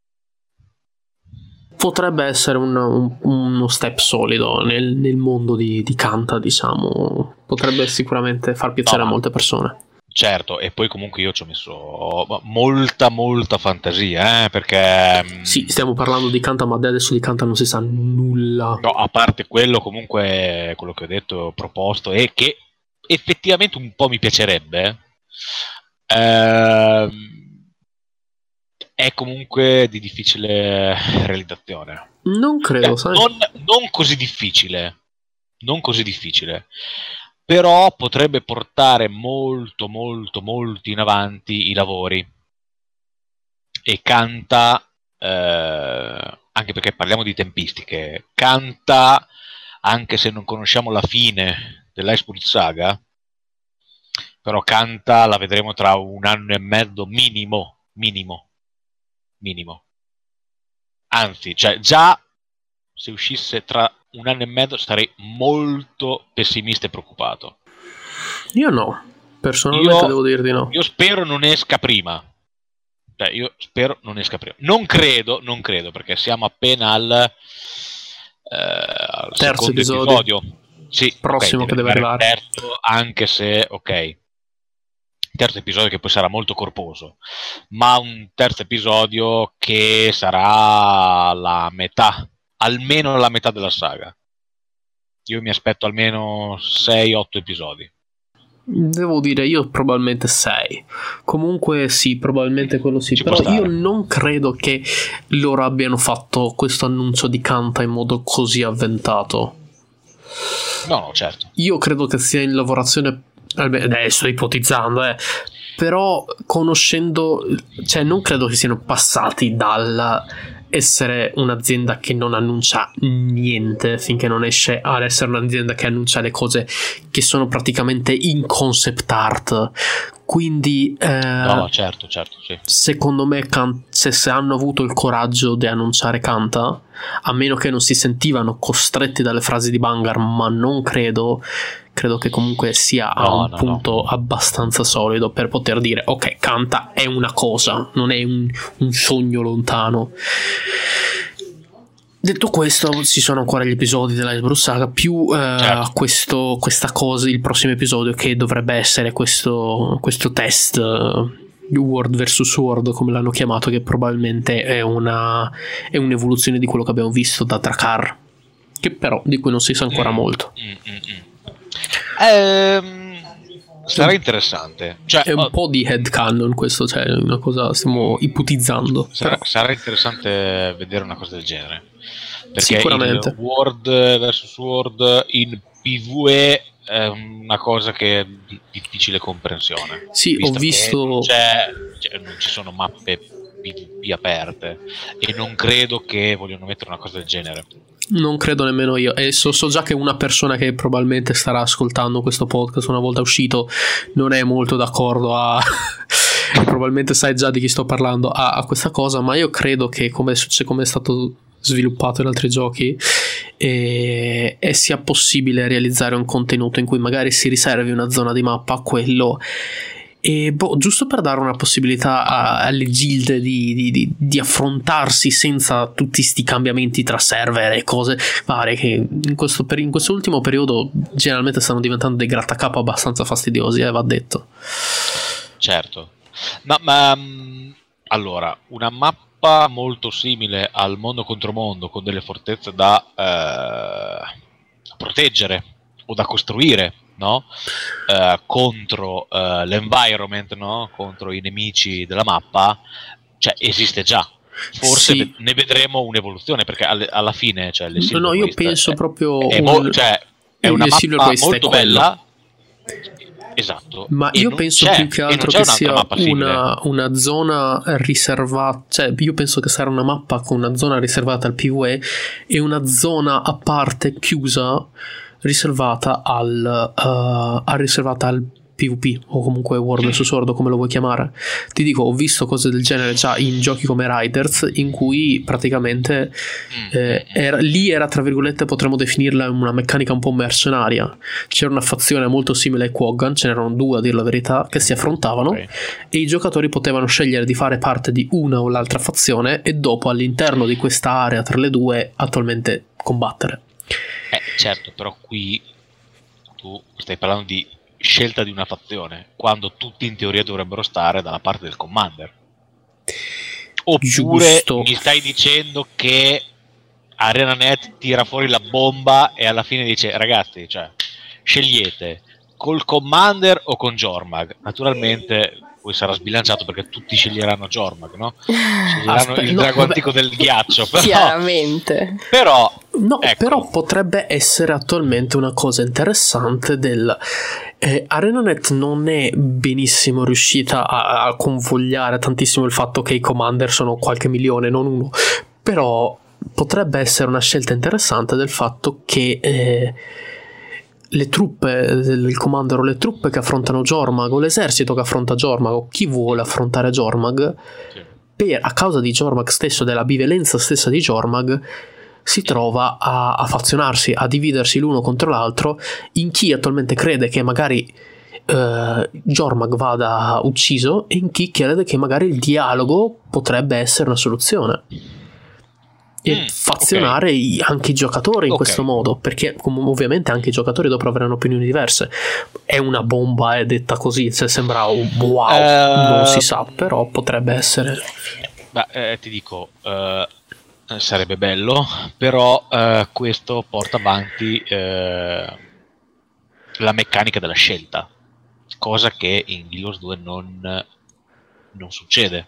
potrebbe essere un, un, uno step solido nel, nel mondo di, di Kanta, diciamo. Potrebbe sicuramente far piacere no, a molte persone. Certo, e poi comunque io ci ho messo molta molta fantasia, eh, perché sì, stiamo parlando di Kanta, ma adesso di Kanta non si sa nulla. No, a parte quello, comunque quello che ho detto, proposto, e che effettivamente un po' mi piacerebbe, eh, è comunque di difficile realizzazione. Non credo, eh, sai? Non, non così difficile, non così difficile, però potrebbe portare molto molto molto in avanti i lavori, e canta, eh, anche perché parliamo di tempistiche, canta, anche se non conosciamo la fine dell'Iceborne Saga, però canta la vedremo tra un anno e mezzo minimo, minimo, minimo. Anzi, cioè già se uscisse tra un anno e mezzo sarei molto pessimista e preoccupato. Io no, personalmente io, devo dire di no. Io spero non esca prima. Cioè, io spero non esca prima. Non credo, non credo, perché siamo appena al, eh, al terzo secondo episodio. episodio. Sì, prossimo okay, che deve arrivare. Terzo, anche se, ok, terzo episodio che poi sarà molto corposo, ma un terzo episodio che sarà la metà, almeno la metà della saga. Io mi aspetto almeno sei otto episodi. Devo dire, io probabilmente sei. Comunque sì, probabilmente quello sì. Ci Però io non credo che loro abbiano fatto questo annuncio di Canta in modo così avventato. No, no, certo. Io credo che sia in lavorazione, adesso sto ipotizzando, eh. Però conoscendo, cioè non credo che siano passati dal essere un'azienda che non annuncia niente finché non esce ad essere un'azienda che annuncia le cose che sono praticamente in concept art. Quindi eh, no, certo, certo, sì. Secondo me can- se, se hanno avuto il coraggio di annunciare Canta, a meno che non si sentivano costretti dalle frasi di Bangar, ma non credo, credo che comunque sia a no, un no, punto no. abbastanza solido per poter dire ok, Canta è una cosa, non è un, un sogno lontano. Detto questo, ci sono ancora gli episodi dell'Iceborne Saga, più eh, certo. questo, questa cosa, il prossimo episodio che dovrebbe essere questo, questo test uh, World versus World, come l'hanno chiamato, che probabilmente è una è un'evoluzione di quello che abbiamo visto da Drakkar, che però di cui non si sa ancora mm, molto. Mm, mm, mm. Ehm, sarà interessante. Cioè, è un oh, po' di headcanon questo, cioè una cosa stiamo ipotizzando. Sarà, però. sarà interessante vedere una cosa del genere. Perché Sicuramente. il World versus World in PvE è una cosa che è di difficile comprensione. Sì, ho visto. Non, c'è, cioè, non ci sono mappe PvP aperte e non credo che vogliano mettere una cosa del genere. Non credo nemmeno io, e so, so già che una persona che probabilmente starà ascoltando questo podcast una volta uscito non è molto d'accordo a probabilmente sai già di chi sto parlando a, a questa cosa, ma io credo che come, come è stato sviluppato in altri giochi e, e sia possibile realizzare un contenuto in cui magari si riservi una zona di mappa a quello. E boh, giusto per dare una possibilità a, alle gilde di, di, di, di affrontarsi senza tutti sti cambiamenti tra server e cose varie che in questo, per, in questo ultimo periodo generalmente stanno diventando dei grattacapo abbastanza fastidiosi, eh, va detto. Certo, ma, ma allora una mappa molto simile al mondo contro mondo, con delle fortezze da eh, proteggere o da costruire, no? Uh, contro uh, l'environment, no? Contro i nemici della mappa, cioè esiste già. Forse sì. ve- ne vedremo un'evoluzione, perché alle- alla fine, cioè, le no, no, io Quest penso è, proprio è, un... mo- cioè, è una il Silver mappa Quest molto è quello. bella. Esatto. Ma E io non penso c'è- più che e non altro c'è che un'altra sia mappa simile. una, una zona riservata, cioè io penso che sarà una mappa con una zona riservata al PvE e una zona a parte chiusa riservata al uh, riservata al PvP o comunque World versus World, come lo vuoi chiamare. Ti dico, ho visto cose del genere già in giochi come Riders, in cui praticamente eh, era, lì era tra virgolette, potremmo definirla una meccanica un po' mercenaria. C'era una fazione molto simile ai Quaggan, ce n'erano due a dir la verità, che si affrontavano, Okay. e i giocatori potevano scegliere di fare parte di una o l'altra fazione e dopo all'interno di questa area tra le due attualmente combattere. Eh, certo, però qui tu stai parlando di scelta di una fazione, quando tutti in teoria dovrebbero stare dalla parte del commander. Oppure Giusto. mi stai dicendo che ArenaNet tira fuori la bomba e alla fine dice ragazzi, cioè, scegliete col commander o con Jormag. Naturalmente poi sarà sbilanciato perché tutti sceglieranno Jormag, no? Sceglieranno Aspetta, il no, drago vabbè. antico del ghiaccio, però, Chiaramente. però No, ecco, però potrebbe essere attualmente una cosa interessante del eh, ArenaNet non è benissimo riuscita a, a convogliare tantissimo il fatto che i commander sono qualche milione, non uno, però potrebbe essere una scelta interessante del fatto che eh, le truppe del commander o le truppe che affrontano Jormag o l'esercito che affronta Jormag o chi vuole affrontare Jormag, sì. per, a causa di Jormag stesso, della bivalenza stessa di Jormag, si trova a, a fazionarsi, a dividersi l'uno contro l'altro in chi attualmente crede che magari eh, Jormag vada ucciso e in chi crede che magari il dialogo potrebbe essere una soluzione. E Mm, fazionare i- anche i giocatori in Ok. questo modo, perché com- ovviamente anche i giocatori dopo avranno opinioni diverse. È una bomba, è detta così, cioè sembra un wow, Eh, non si sa, però potrebbe essere. Beh, eh, ti dico, eh, sarebbe bello, però eh, questo porta avanti eh, la meccanica della scelta, cosa che in Guild Wars due non, non succede.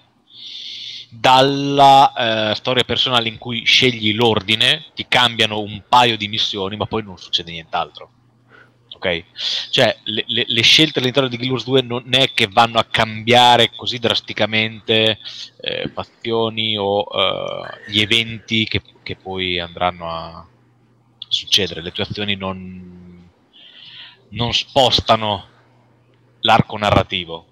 Dalla eh, storia personale in cui scegli l'ordine, ti cambiano un paio di missioni, ma poi non succede nient'altro. Ok? Cioè, le, le- le scelte all'interno di Guild Wars due non è che vanno a cambiare così drasticamente eh, fazioni o eh, gli eventi che, che poi andranno a succedere. Le tue azioni non, non spostano l'arco narrativo,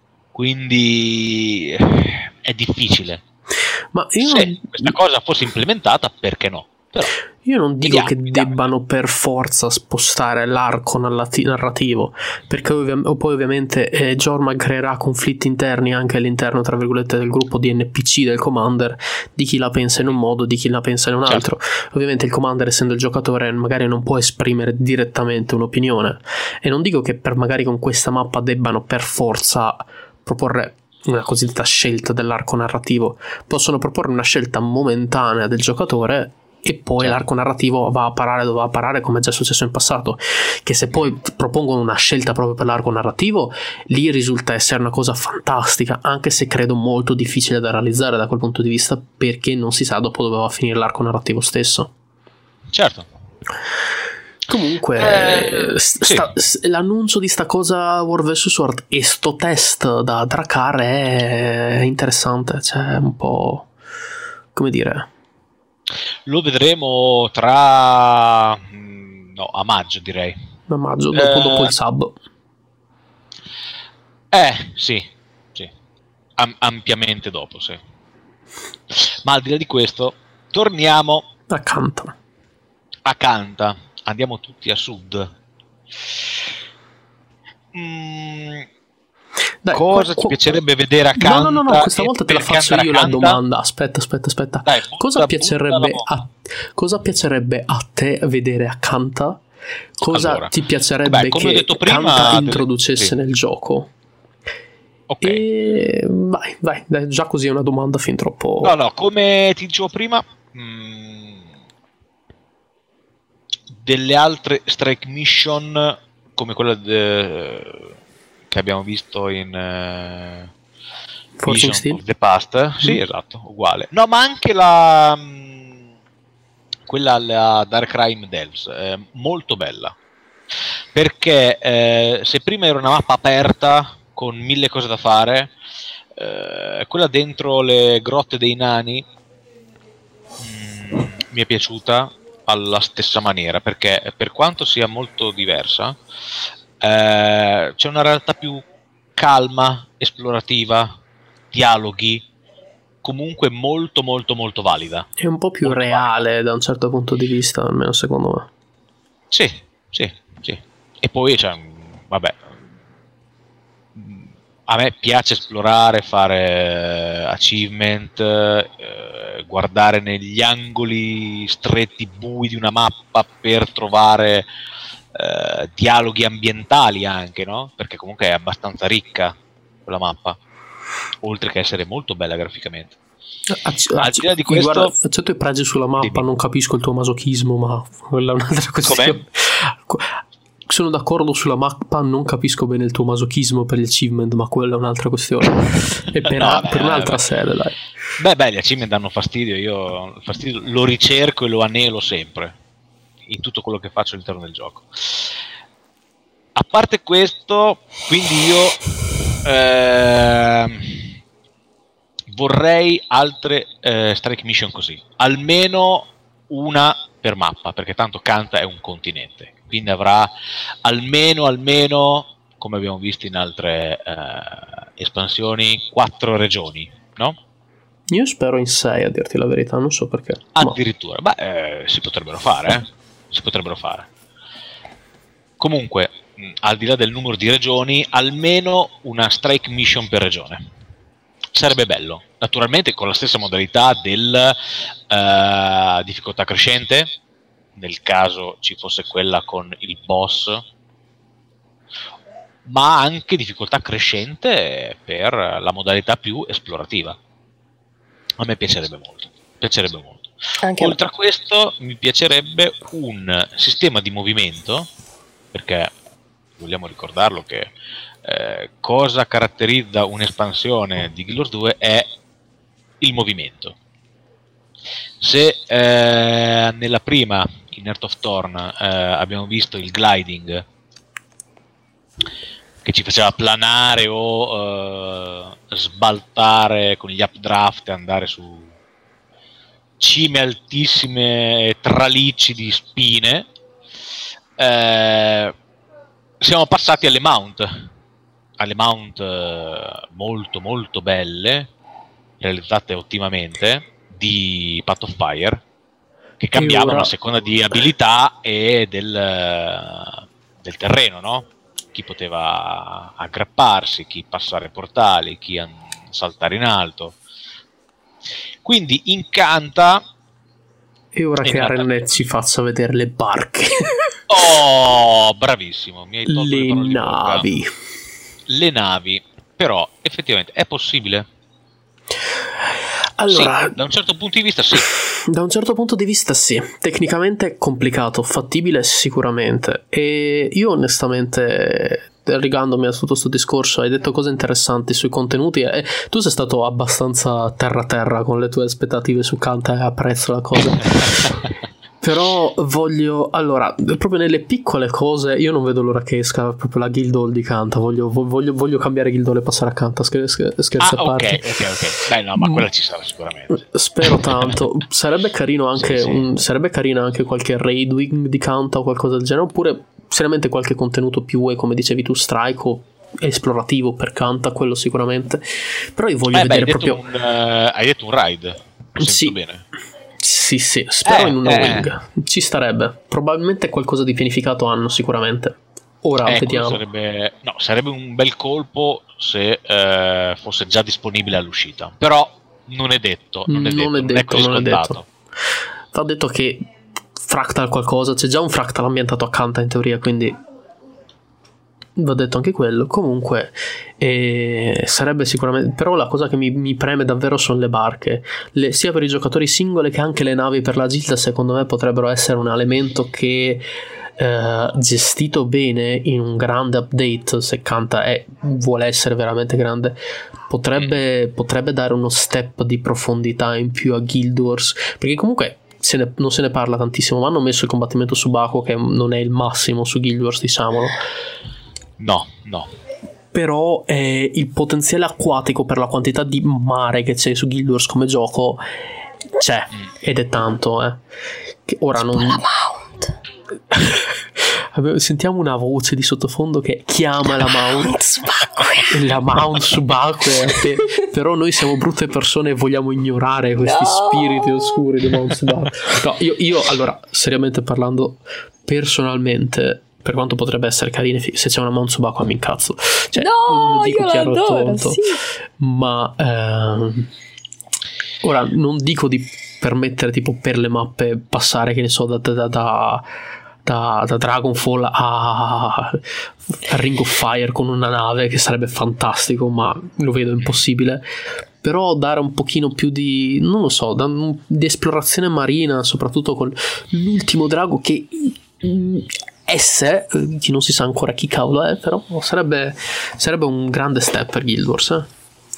quindi eh, è difficile. Ma io Se non, questa cosa fosse implementata, perché no? Però io non dico vediamo, che vediamo. debbano per forza spostare l'arco narrati- narrativo, perché ovvia- o poi ovviamente eh, Jormag creerà conflitti interni anche all'interno, tra virgolette, del gruppo di N P C del commander, di chi la pensa in un modo, di chi la pensa in un altro. Ovviamente il commander, essendo il giocatore, magari non può esprimere direttamente un'opinione, e non dico che per magari con questa mappa debbano per forza proporre una cosiddetta scelta dell'arco narrativo. Possono proporre una scelta momentanea del giocatore e poi Certo. l'arco narrativo va a parare dove va a parare, come è già successo in passato. Che se poi propongono una scelta proprio per l'arco narrativo, lì risulta essere una cosa fantastica, anche se credo molto difficile da realizzare da quel punto di vista, perché non si sa dopo dove va a finire l'arco narrativo stesso. Certo. Comunque Eh, st- sì. sta- s- l'annuncio di sta cosa War versus. Sword e sto test da Drakkar è interessante, cioè un po', come dire, Lo vedremo tra mm, no, a maggio, direi. a maggio, dopo, Eh. dopo il sub. Eh, sì, sì. Am- ampiamente dopo, sì. Ma al di là di questo, torniamo Accanto. a Kanta. Andiamo tutti a sud. Mm, Dai, cosa qua- ti qua- piacerebbe vedere a No, Kanta? no, no, no, questa e volta te la perché faccio andare io a la Kanta? domanda. Aspetta, aspetta, aspetta. Dai, butta- cosa, piacerebbe butta a, cosa piacerebbe a te vedere a Kanta? Cosa Allora, ti piacerebbe beh, come che ho detto prima, Kanta per- introducesse sì. nel gioco? Ok. E vai, vai, dai, già così è una domanda fin troppo. No, no, come ti dicevo prima, mh, delle altre strike mission come quella de- che abbiamo visto in eh, Forging Vision Steel? of the Past, sì, Mm. esatto, uguale. No, ma anche la mh, quella alla Dark Crime Delves, è molto bella. Perché eh, se prima era una mappa aperta con mille cose da fare, eh, quella dentro le grotte dei nani mm, mi è piaciuta alla stessa maniera, perché per quanto sia molto diversa, eh, c'è una realtà più calma, esplorativa, dialoghi, comunque molto molto molto valida. È un po' più Molto reale da un certo punto di vista, almeno secondo me. Sì, sì, sì. E poi, cioè, vabbè, a me piace esplorare, fare achievement, eh, guardare negli angoli stretti, bui di una mappa per trovare eh, dialoghi ambientali anche, no? Perché comunque è abbastanza ricca quella mappa, oltre che essere molto bella graficamente. Acc- Al di là di questo- guarda, accetto i pregi sulla mappa, Dimmi. non capisco il tuo masochismo, ma quella è un'altra questione. sono d'accordo sulla mappa, non capisco bene il tuo masochismo per gli achievement, ma quella è un'altra questione. E per, No, a- beh, per un'altra beh. sede, dai. Beh, beh, gli achievement danno fastidio, io il fastidio lo ricerco e lo anelo sempre in tutto quello che faccio all'interno del gioco. A parte questo, quindi io ehm, vorrei altre eh, strike mission così, almeno una per mappa, perché tanto Kanta è un continente, quindi avrà almeno, almeno, come abbiamo visto in altre eh, espansioni, quattro regioni, no? Io spero in sei, a dirti la verità, non so perché. ma- Addirittura, beh, eh, si potrebbero fare, eh? Si potrebbero fare. Comunque, mh, al di là del numero di regioni, almeno una strike mission per regione. Sarebbe bello. Naturalmente con la stessa modalità del eh, difficoltà crescente, nel caso ci fosse quella con il boss, ma anche difficoltà crescente per la modalità più esplorativa. A me piacerebbe molto, piacerebbe molto. Anche a me. Oltre a questo mi piacerebbe un sistema di movimento, perché vogliamo ricordarlo che eh, cosa caratterizza un'espansione di Guild Wars due è il movimento. Se eh, nella prima, in Heart of Thorn, eh, abbiamo visto il gliding che ci faceva planare o eh, sbaltare con gli updraft e andare su cime altissime e tralicci di spine, eh, siamo passati alle mount alle mount eh, molto molto belle, realizzate ottimamente, di Path of Fire, che cambiavano ora- a seconda di abilità e del, del terreno, no? Chi poteva aggrapparsi, chi passare portali, chi an- saltare in alto. Quindi incanta. E ora che Incanta. Arenet ci faccia vedere le barche, Oh, bravissimo, mi hai tolto le le parole di bocca. navi. Le navi, però effettivamente è possibile? Allora, Sì, da un certo punto di vista sì. da un certo punto di vista sì, tecnicamente è complicato, fattibile sicuramente. E io onestamente, rigandomi a tutto questo discorso, hai detto cose interessanti sui contenuti e tu sei stato abbastanza terra terra con le tue aspettative su Kanta e apprezzo la cosa. Però voglio, allora, proprio nelle piccole cose, io non vedo l'ora che esca proprio la Guild Hall di Kanta. Voglio, voglio, voglio cambiare Guild Hall e passare a Kanta. Scher- scher- Scherzi Ah, a ok, parte. ok, ok. Beh, no, ma quella ci sarà sicuramente. Spero tanto. Sarebbe carino anche Sì, sì. un, sarebbe carina anche qualche raid wing di Kanta o qualcosa del genere, oppure seriamente qualche contenuto più, e come dicevi tu, strike o esplorativo per Kanta, quello sicuramente. Però io voglio Eh, beh, hai, vedere detto proprio un, eh, hai detto un ride. Ho sentito Sì. bene. Sì, sì, spero Eh, in una eh. wing. Ci starebbe. Probabilmente qualcosa di pianificato hanno sicuramente. Ora Eh, quello vediamo. sarebbe, no, sarebbe un bel colpo se eh, fosse già disponibile all'uscita. Però non è detto, non è detto, Non è non è detto, così non è scontato. detto. Va detto che Fractal qualcosa, c'è già un Fractal ambientato accanto in teoria, quindi va detto anche quello. Comunque eh, sarebbe sicuramente, però la cosa che mi, mi preme davvero sono le barche, le- sia per i giocatori singoli che anche le navi per la gilda. Secondo me potrebbero essere un elemento che eh, gestito bene in un grande update, se Kanta è, vuole essere veramente grande, potrebbe, potrebbe dare uno step di profondità in più a Guild Wars, perché comunque se ne- non se ne parla tantissimo, ma hanno messo il combattimento subacqueo che non è il massimo su Guild Wars, diciamolo. No, no. Però eh, il potenziale acquatico per la quantità di mare che c'è su Guild Wars come gioco c'è, ed è tanto, eh. Che ora non... Mount. Abbiamo- Sentiamo una voce di sottofondo che chiama la Mount, la Mount subacquea, pe- però noi siamo brutte persone e vogliamo ignorare questi No. spiriti oscuri di Mount subacquea. No, io, io allora, seriamente parlando, personalmente, per quanto potrebbe essere carino, se c'è una Mount subacquea mi incazzo. Cioè, No, lo dico io chiaro e l'adoro, tonto. sì. Ma ehm, ora non dico di permettere tipo per le mappe passare, che ne so, da, da, da, da, da Dragonfall a, a Ring of Fire con una nave, che sarebbe fantastico, ma lo vedo impossibile. Però dare un pochino più di, non lo so, da- di esplorazione marina, soprattutto con l'ultimo drago che mm, S, eh, che non si sa ancora chi cavolo è, però sarebbe, sarebbe un grande step per Guild Wars. Eh?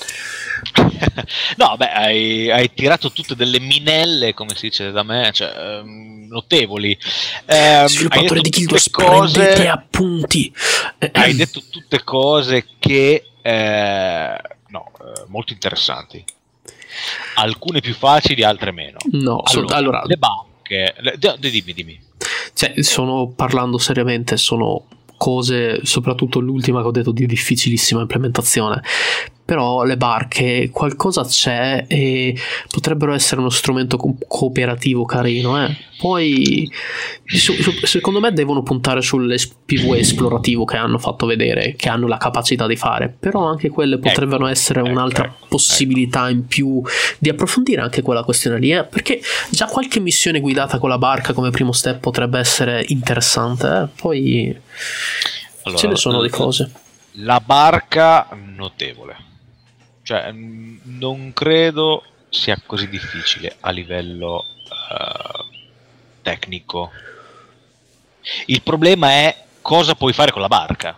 No, beh, hai, hai tirato tutte delle minelle, come si dice da me, cioè, ehm, notevoli. Eh, Sviluppatore di Guild Wars, prendete appunti. Hai detto tutte cose che eh, no, eh, molto interessanti. Alcune più facili, altre meno. No, allora, allora le banche, le, d- dimmi, dimmi. Cioè, sono parlando seriamente, sono cose, soprattutto l'ultima che ho detto, di difficilissima implementazione. Però le barche, qualcosa c'è e potrebbero essere uno strumento co- cooperativo carino. Eh. Poi, su, su, secondo me, devono puntare sul P V E esplorativo che hanno fatto vedere, che hanno la capacità di fare. Però anche quelle potrebbero ecco, essere ecco, un'altra ecco, possibilità ecco. in più di approfondire anche quella questione lì. Eh. Perché già qualche missione guidata con la barca come primo step potrebbe essere interessante. Eh. Poi allora, ce ne sono di cose. La barca notevole. Cioè, non credo sia così difficile a livello uh, tecnico. Il problema è cosa puoi fare con la barca,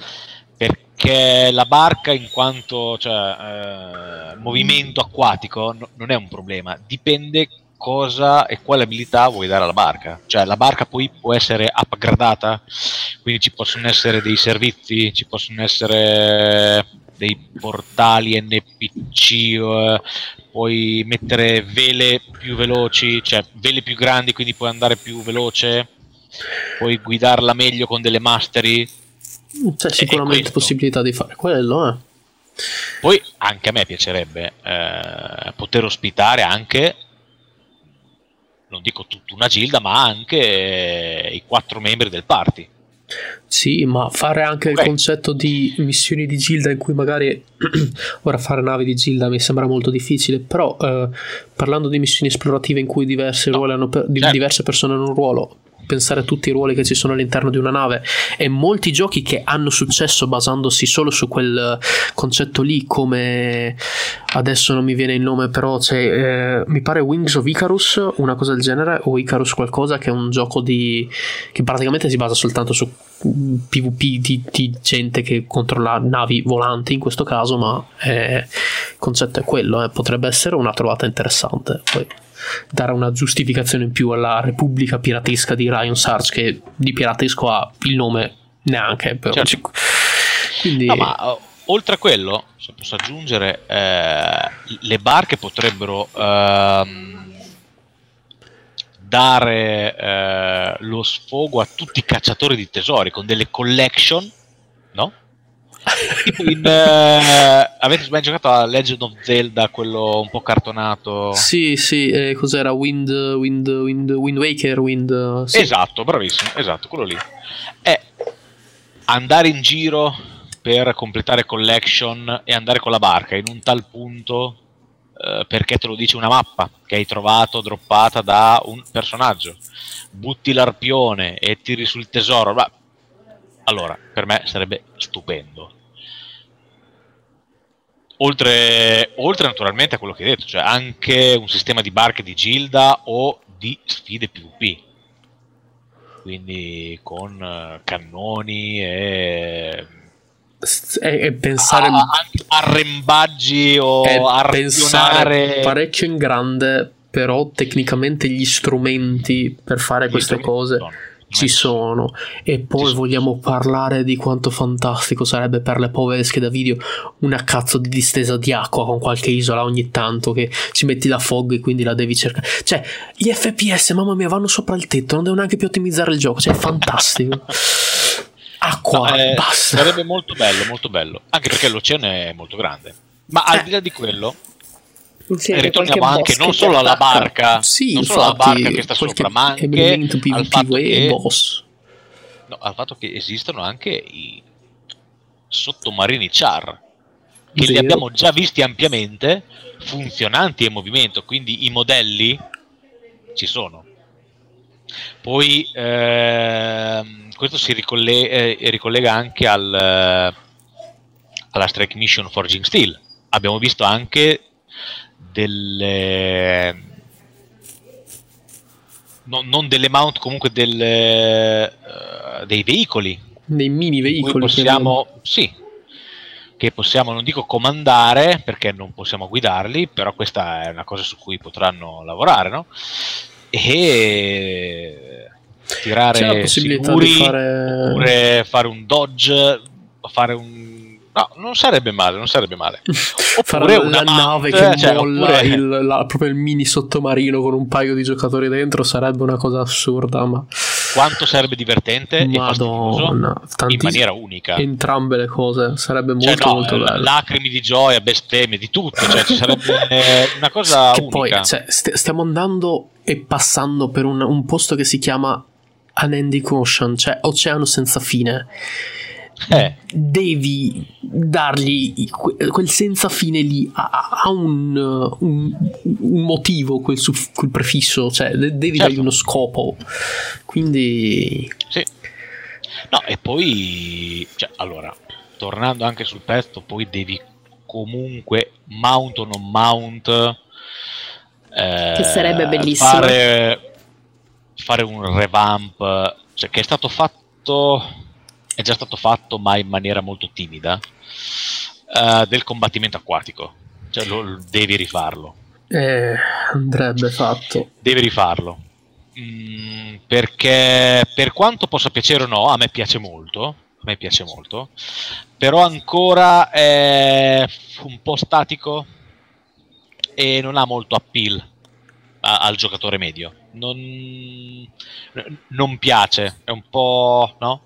perché la barca in quanto cioè, uh, movimento acquatico no, non è un problema, dipende cosa e quale abilità vuoi dare alla barca. Cioè la barca poi può essere upgradata, quindi ci possono essere dei servizi, ci possono essere dei portali N P C, eh, puoi mettere vele più veloci, cioè vele più grandi, quindi puoi andare più veloce, puoi guidarla meglio con delle mastery. C'è sicuramente possibilità di fare quello. Eh. Poi anche a me piacerebbe eh, poter ospitare anche, non dico tutta una gilda, ma anche eh, i quattro membri del party. Sì, ma fare anche okay. il concetto di missioni di gilda in cui magari ora fare navi di gilda mi sembra molto difficile, però eh, parlando di missioni esplorative in cui diverse, no, ruoli hanno per, certo. diverse persone hanno un ruolo, pensare a tutti i ruoli che ci sono all'interno di una nave, e molti giochi che hanno successo basandosi solo su quel concetto lì, come adesso non mi viene il nome, però c'è eh, mi pare Wings of Icarus, una cosa del genere, o Icarus qualcosa, che è un gioco di che praticamente si basa soltanto su P V P di, di gente che controlla navi volanti in questo caso, ma eh, il concetto è quello, eh. Potrebbe essere una trovata interessante. Poi dare una giustificazione in più alla Repubblica piratesca di Ryan Sarge, che di piratesco ha il nome neanche, però certo. Quindi no, ma uh, oltre a quello, se posso aggiungere, eh, le barche potrebbero uh, dare eh, lo sfogo a tutti i cacciatori di tesori con delle collection, no? Tipo in, eh, avete mai giocato a Legend of Zelda, quello un po' cartonato? Sì, sì, eh, cos'era? Wind, Wind, Wind, Wind Waker, Wind... Sì. Esatto, bravissimo, esatto, quello lì. È andare in giro per completare collection e andare con la barca in un tal punto eh, perché te lo dice una mappa che hai trovato droppata da un personaggio. Butti l'arpione e tiri sul tesoro, ma allora, per me sarebbe stupendo. Oltre, oltre naturalmente a quello che hai detto, cioè anche un sistema di barche di gilda o di sfide PvP. Quindi con uh, cannoni e, e, e pensare a, anche arrembaggi o pensare parecchio in grande, però tecnicamente gli strumenti per fare gli queste cose sono. Ci sono, e poi Ci vogliamo sono. parlare di quanto fantastico sarebbe per le povere schede video una cazzo di distesa di acqua con qualche isola ogni tanto, che ci metti la fog e quindi la devi cercare. Cioè, gli F P S, mamma mia, vanno sopra il tetto, non devo neanche più ottimizzare il gioco, cioè è fantastico. Acqua, no, eh, basta. Sarebbe molto bello, molto bello, anche perché l'oceano è molto grande. Ma al di là di quello, sì, ritorniamo anche non solo alla barca, sì, non infatti, solo alla barca che sta sopra, ma anche al fatto che, boss. No, al fatto che esistono anche i sottomarini char, che Zero. li abbiamo già visti ampiamente, funzionanti in movimento, quindi i modelli ci sono. Poi ehm, questo si ricollega, eh, ricollega anche al, eh, alla Strike Mission Forging Steel. Abbiamo visto anche delle no, non delle mount, comunque delle, uh, dei veicoli, dei mini veicoli possiamo, sì, che possiamo, non dico comandare perché non possiamo guidarli, però questa è una cosa su cui potranno lavorare, no? E tirare c'è la possibilità sicuri, di fare oppure fare un dodge, fare un no, non sarebbe male, non sarebbe male. Fare Oppure la una nave mount, che cioè, molla oppure... il, la, proprio il mini sottomarino con un paio di giocatori dentro sarebbe una cosa assurda, ma quanto sarebbe divertente e fastidioso in maniera unica. Entrambe le cose sarebbe molto, cioè, no, molto bello. Lacrime di gioia, bestemmie, di tutto, cioè ci sarebbe una cosa che unica. Poi cioè, st- stiamo andando e passando per un, un posto che si chiama Unending Ocean, cioè oceano senza fine. Eh. Devi dargli quel senza fine lì, ha un, un, un motivo quel, quel prefisso, cioè devi certo. dargli uno scopo, quindi sì. No, e poi cioè, allora, tornando anche sul pezzo, poi devi comunque mount o non mount, eh, che sarebbe bellissimo, fare, fare un revamp, cioè, che è stato fatto, è già stato fatto ma in maniera molto timida, uh, del combattimento acquatico, cioè lo, lo devi rifarlo, eh, andrebbe fatto, devi rifarlo, mm, perché per quanto possa piacere o no, a me piace molto, a me piace molto, però ancora è un po' statico e non ha molto appeal a, al giocatore medio, non, non piace, è un po', no?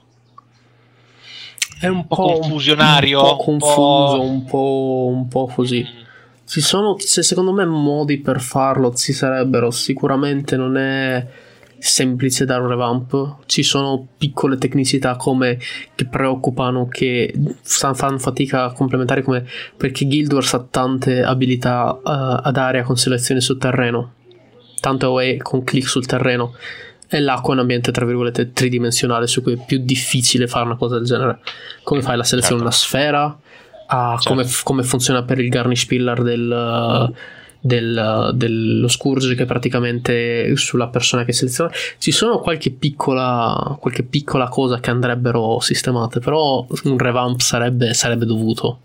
È un, un po' po' confusionario, un po' confuso, un po', un po', un po' così. Mm. Ci sono, se secondo me, modi per farlo ci sarebbero. Sicuramente non è semplice dare un revamp. Ci sono piccole tecnicità come che preoccupano, che fanno fatica a complementare, come perché Guild Wars ha tante abilità uh, ad area con selezione sul terreno, tanto away con click sul terreno. E l'acqua è un ambiente tra virgolette tridimensionale su cui è più difficile fare una cosa del genere. Come fai la selezione di certo. una sfera? Ah, certo. come, come funziona per il garnish pillar del, del, dello Scourge, che praticamente sulla persona che seleziona ci sono qualche piccola qualche piccola cosa che andrebbero sistemate, però un revamp sarebbe, sarebbe dovuto.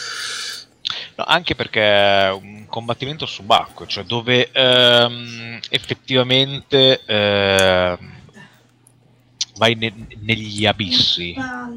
No, anche perché un combattimento subacqueo, cioè dove ehm, effettivamente ehm, vai ne- negli abissi,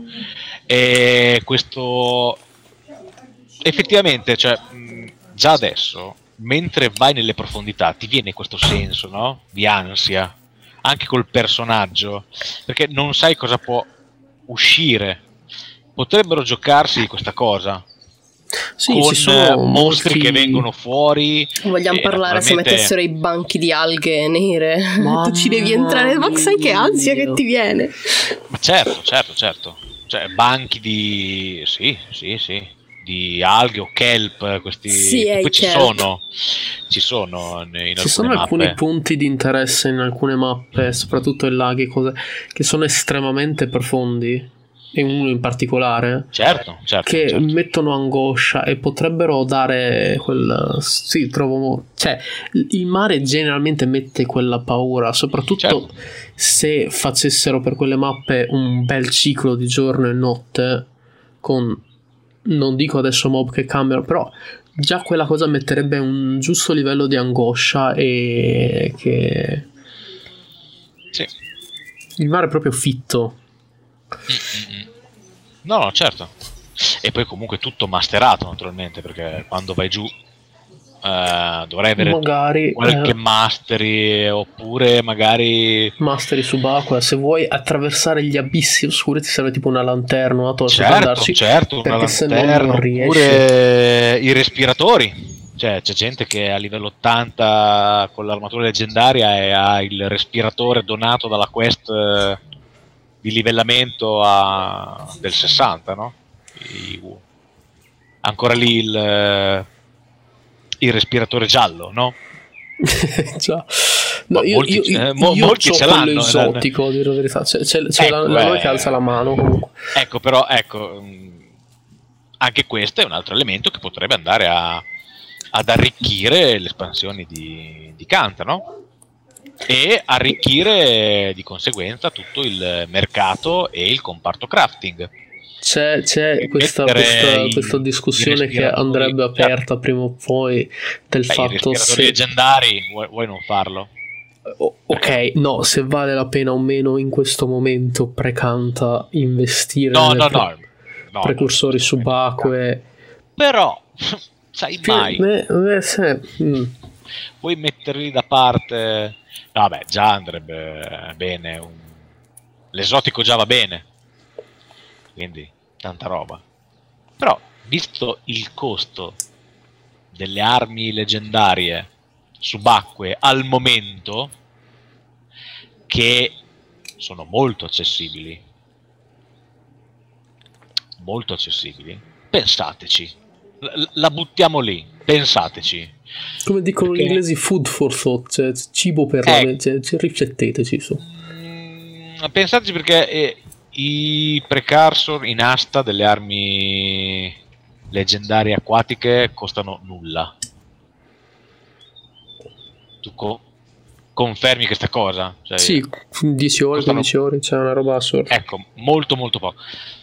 e questo effettivamente, cioè mh, già adesso, mentre vai nelle profondità, ti viene questo senso, no? Di ansia, anche col personaggio, perché non sai cosa può uscire. Potrebbero giocarsi questa cosa. Sì, con ci sono mostri molti... che vengono fuori. Vogliamo parlare se mettessero i banchi di alghe nere. Tu ci devi entrare, ma sai che ansia che ti viene. Ma certo, certo, certo. Cioè banchi di sì, sì, sì, di alghe o kelp, questi sì, poi ci kelp. sono. Ci sono in Ci sono mappe. alcuni punti di interesse in alcune mappe, soprattutto in laghi, cose che sono estremamente profondi. E uno in particolare, certo, certo, che certo. mettono angoscia e potrebbero dare quel sì, trovo, cioè il mare generalmente mette quella paura, soprattutto certo. se facessero per quelle mappe un bel ciclo di giorno e notte, con non dico adesso mob che cambiano, però già quella cosa metterebbe un giusto livello di angoscia, e che sì. il mare è proprio fitto. No, no, certo. E poi comunque tutto masterato, naturalmente, perché quando vai giù eh, dovrai avere magari, qualche eh, mastery, oppure magari mastery subacquea. Se vuoi attraversare gli abissi oscuri ti serve tipo una lanterna, una torcia certo, per andarci, certo, una lanterna, oppure i respiratori. Cioè, c'è gente che a livello ottanta con l'armatura leggendaria e ha il respiratore donato dalla quest eh, di livellamento a, del sessanta, no? I, ancora lì il, il respiratore giallo, no? Già. No, io, molti, io, io, eh, mo, io molti ce l'hanno. Esotico, dire la verità. C'è, c'è, c'è ecco, la, la eh, che alza la mano. Comunque. Ecco, però, ecco, anche questo è un altro elemento che potrebbe andare a, ad arricchire le espansioni di, di Kant, no? e arricchire di conseguenza tutto il mercato e il comparto crafting. C'è, c'è questa, questa, i, questa discussione che andrebbe aperta prima o poi del Beh, fatto i se leggendari vuoi, vuoi non farlo? Ok, no, se vale la pena o meno in questo momento precanta investire no, nelle no, pre- no, no, precursori no, subacquee. Però sai mai, eh, eh, se, mm. puoi metterli da parte. No, beh, già andrebbe bene un... l'esotico già va bene, quindi tanta roba. Però visto il costo delle armi leggendarie subacquee al momento, che sono molto accessibili molto accessibili, pensateci, L- la buttiamo lì, pensateci, come dicono perché... gli inglesi, food for thought, cioè cibo per eh, la mente, cioè, rifletteteci su. Mm, pensateci perché eh, i precursor in asta delle armi leggendarie acquatiche costano nulla. Tu co- confermi questa cosa? Cioè, sì, dieci ore, costano... quindici ore, c'è una roba assurda. Ecco, molto molto poco.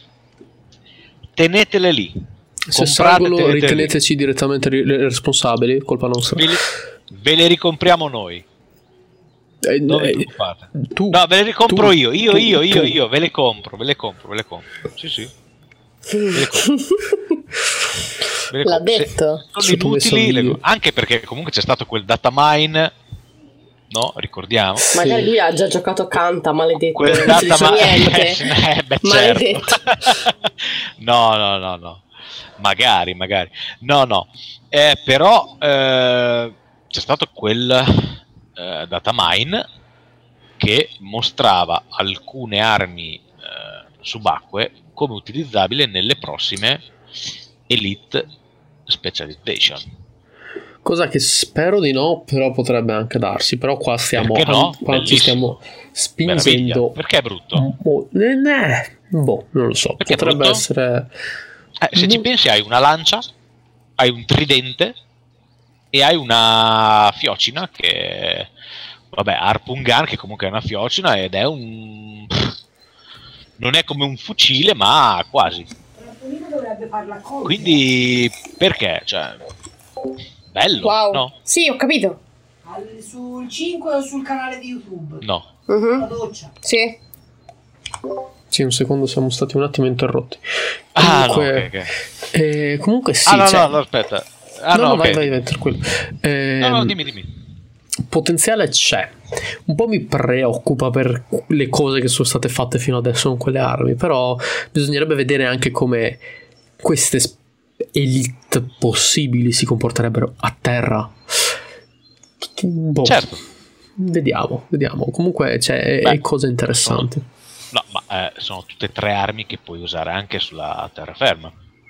Tenetele lì. Se salgono, riteneteci lì. Direttamente responsabili, colpa nostra. Ve le, ve le ricompriamo noi. Eh, Dove eh, tu, no, ve le ricompro tu, io, io, tu, io, io, tu. io, ve le compro, ve le compro, ve le compro. Sì, sì. Ve le compro. Ve le L'ha compro. detto. Se sono inutili, le... anche perché comunque c'è stato quel datamine, no? Ricordiamo. Sì. Magari lui ha già giocato Canta, maledetto. Quel non data si dice niente. eh, beh, maledetto. Certo. no, no, no, no. Magari, magari. No, no. Eh, però eh, c'è stato quel eh, datamine che mostrava alcune armi eh, subacquee come utilizzabili nelle prossime Elite Specialization. Cosa che spero di no, però potrebbe anche darsi. Però qua stiamo, Perché no? qua ci stiamo spingendo. Meraviglia. Perché è brutto? Boh, eh, eh, boh, non lo so. Perché potrebbe essere. Eh, se non... ci pensi, hai una lancia, hai un tridente e hai una fiocina che, vabbè, Harpoon Gun, che comunque è una fiocina ed è un, non è come un fucile, ma quasi. Dovrebbe farla con. Quindi perché? Cioè, bello. Wow. No? Sì, ho capito. Al, sul cinque o sul canale di YouTube? No. Uh-huh. La doccia. Sì. Sì, un secondo, siamo stati un attimo interrotti. Ah, comunque, no, okay, okay. Eh, comunque sì. Ah, no, cioè... no, no, aspetta. Ah, no, no, no, okay. vai, vai, vai, tranquillo. Eh, no, no, dimmi, dimmi. Potenziale c'è. Un po' mi preoccupa per le cose che sono state fatte fino adesso con quelle armi, però bisognerebbe vedere anche come queste elite possibili si comporterebbero a terra. Boh. Certo. Vediamo, vediamo. Comunque c'è Beh, cose interessanti. Sono, no, ma eh, sono tutte e tre armi che puoi usare anche sulla terraferma.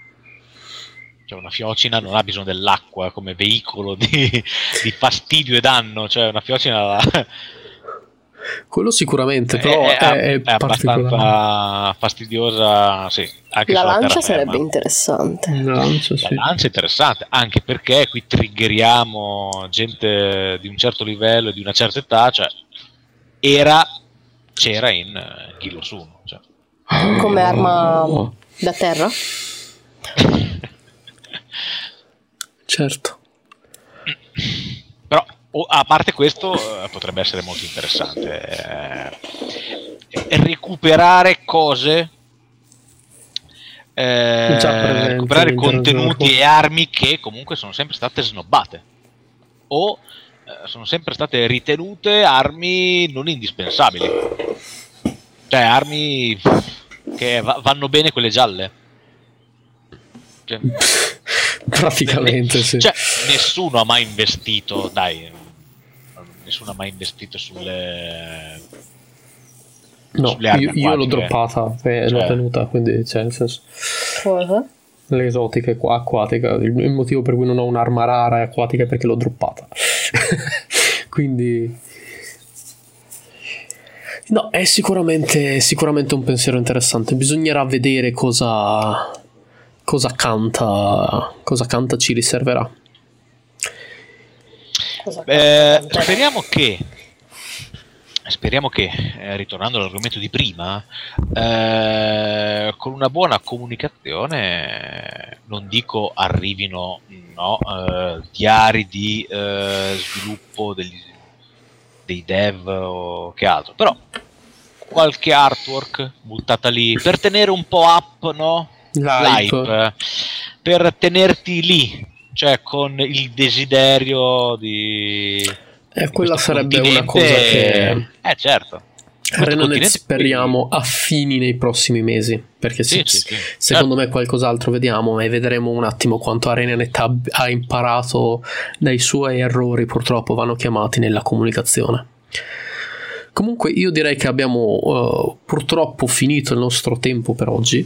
Cioè una fiocina non ha bisogno dell'acqua come veicolo di, di fastidio e danno, cioè una fiocina la... quello sicuramente, però è, è, è, è abbastanza fastidiosa, sì, anche la sulla lancia terraferma. Sarebbe interessante. La lancia, sì. La lancia è interessante, anche perché qui triggeriamo gente di un certo livello e di una certa età, cioè era c'era in uh, Gears uno, cioè. Come arma da terra? Certo. Però a parte questo eh, potrebbe essere molto interessante eh, recuperare cose eh, presente, recuperare contenuti e armi che comunque sono sempre state snobbate o eh, sono sempre state ritenute armi non indispensabili, cioè armi che va- vanno bene quelle gialle, cioè, praticamente sì. Cioè, nessuno ha mai investito, dai, nessuno ha mai investito sulle no, sulle armi io, io l'ho acquatiche. droppata e Cioè. l'ho tenuta, quindi cioè, nel senso, Cosa? le esotiche qua, acquatica, il, il motivo per cui non ho un'arma rara e acquatica è perché l'ho droppata. Quindi no, è sicuramente sicuramente un pensiero interessante. Bisognerà vedere cosa cosa canta cosa canta ci riserverà. Cosa Eh, speriamo che speriamo che, eh, ritornando all'argomento di prima, eh, con una buona comunicazione, non dico arrivino no, eh, diari di eh, sviluppo degli, dei dev o che altro, però qualche artwork buttata lì per tenere un po' up, no? L'hype. L'hype, per tenerti lì, cioè con il desiderio di... E eh, quella sarebbe continente... una cosa che... Eh certo. Arenanet speriamo qui... affini nei prossimi mesi, perché sì, se, sì, sì. secondo certo. me qualcos'altro vediamo e vedremo un attimo quanto Arenanet ha, ha imparato dai suoi errori, purtroppo vanno chiamati, nella comunicazione. Comunque io direi che abbiamo uh, purtroppo finito il nostro tempo per oggi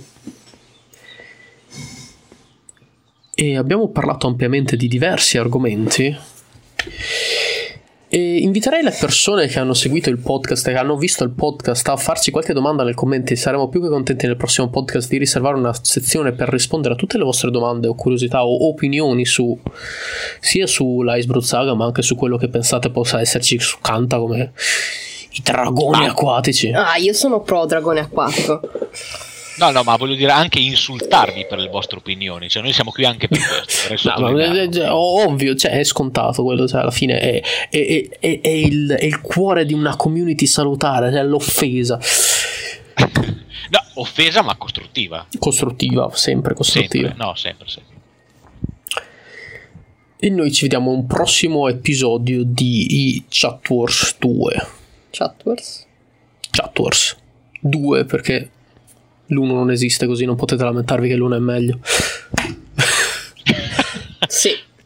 e abbiamo parlato ampiamente di diversi argomenti e inviterei le persone che hanno seguito il podcast e che hanno visto il podcast a farci qualche domanda nei commenti. Saremo più che contenti nel prossimo podcast di riservare una sezione per rispondere a tutte le vostre domande o curiosità o opinioni su sia su l'Icebrood Saga ma anche su quello che pensate possa esserci su Kanta come i dragoni ah. acquatici. Ah, io sono pro dragone acquatico. No, no, ma voglio dire anche insultarvi per le vostre opinioni, cioè noi siamo qui anche per questo. No, ma è, è, ovvio, cioè è scontato quello, cioè alla fine è, è, è, è, il, è il cuore di una community salutare, cioè l'offesa. No, offesa ma costruttiva. Costruttiva, sempre costruttiva. Sempre, no, sempre, sempre. E noi ci vediamo in un prossimo episodio di Chat Wars due. Chat Wars? Chat Wars due, perché l'uno non esiste, così non potete lamentarvi che l'uno è meglio. Sì.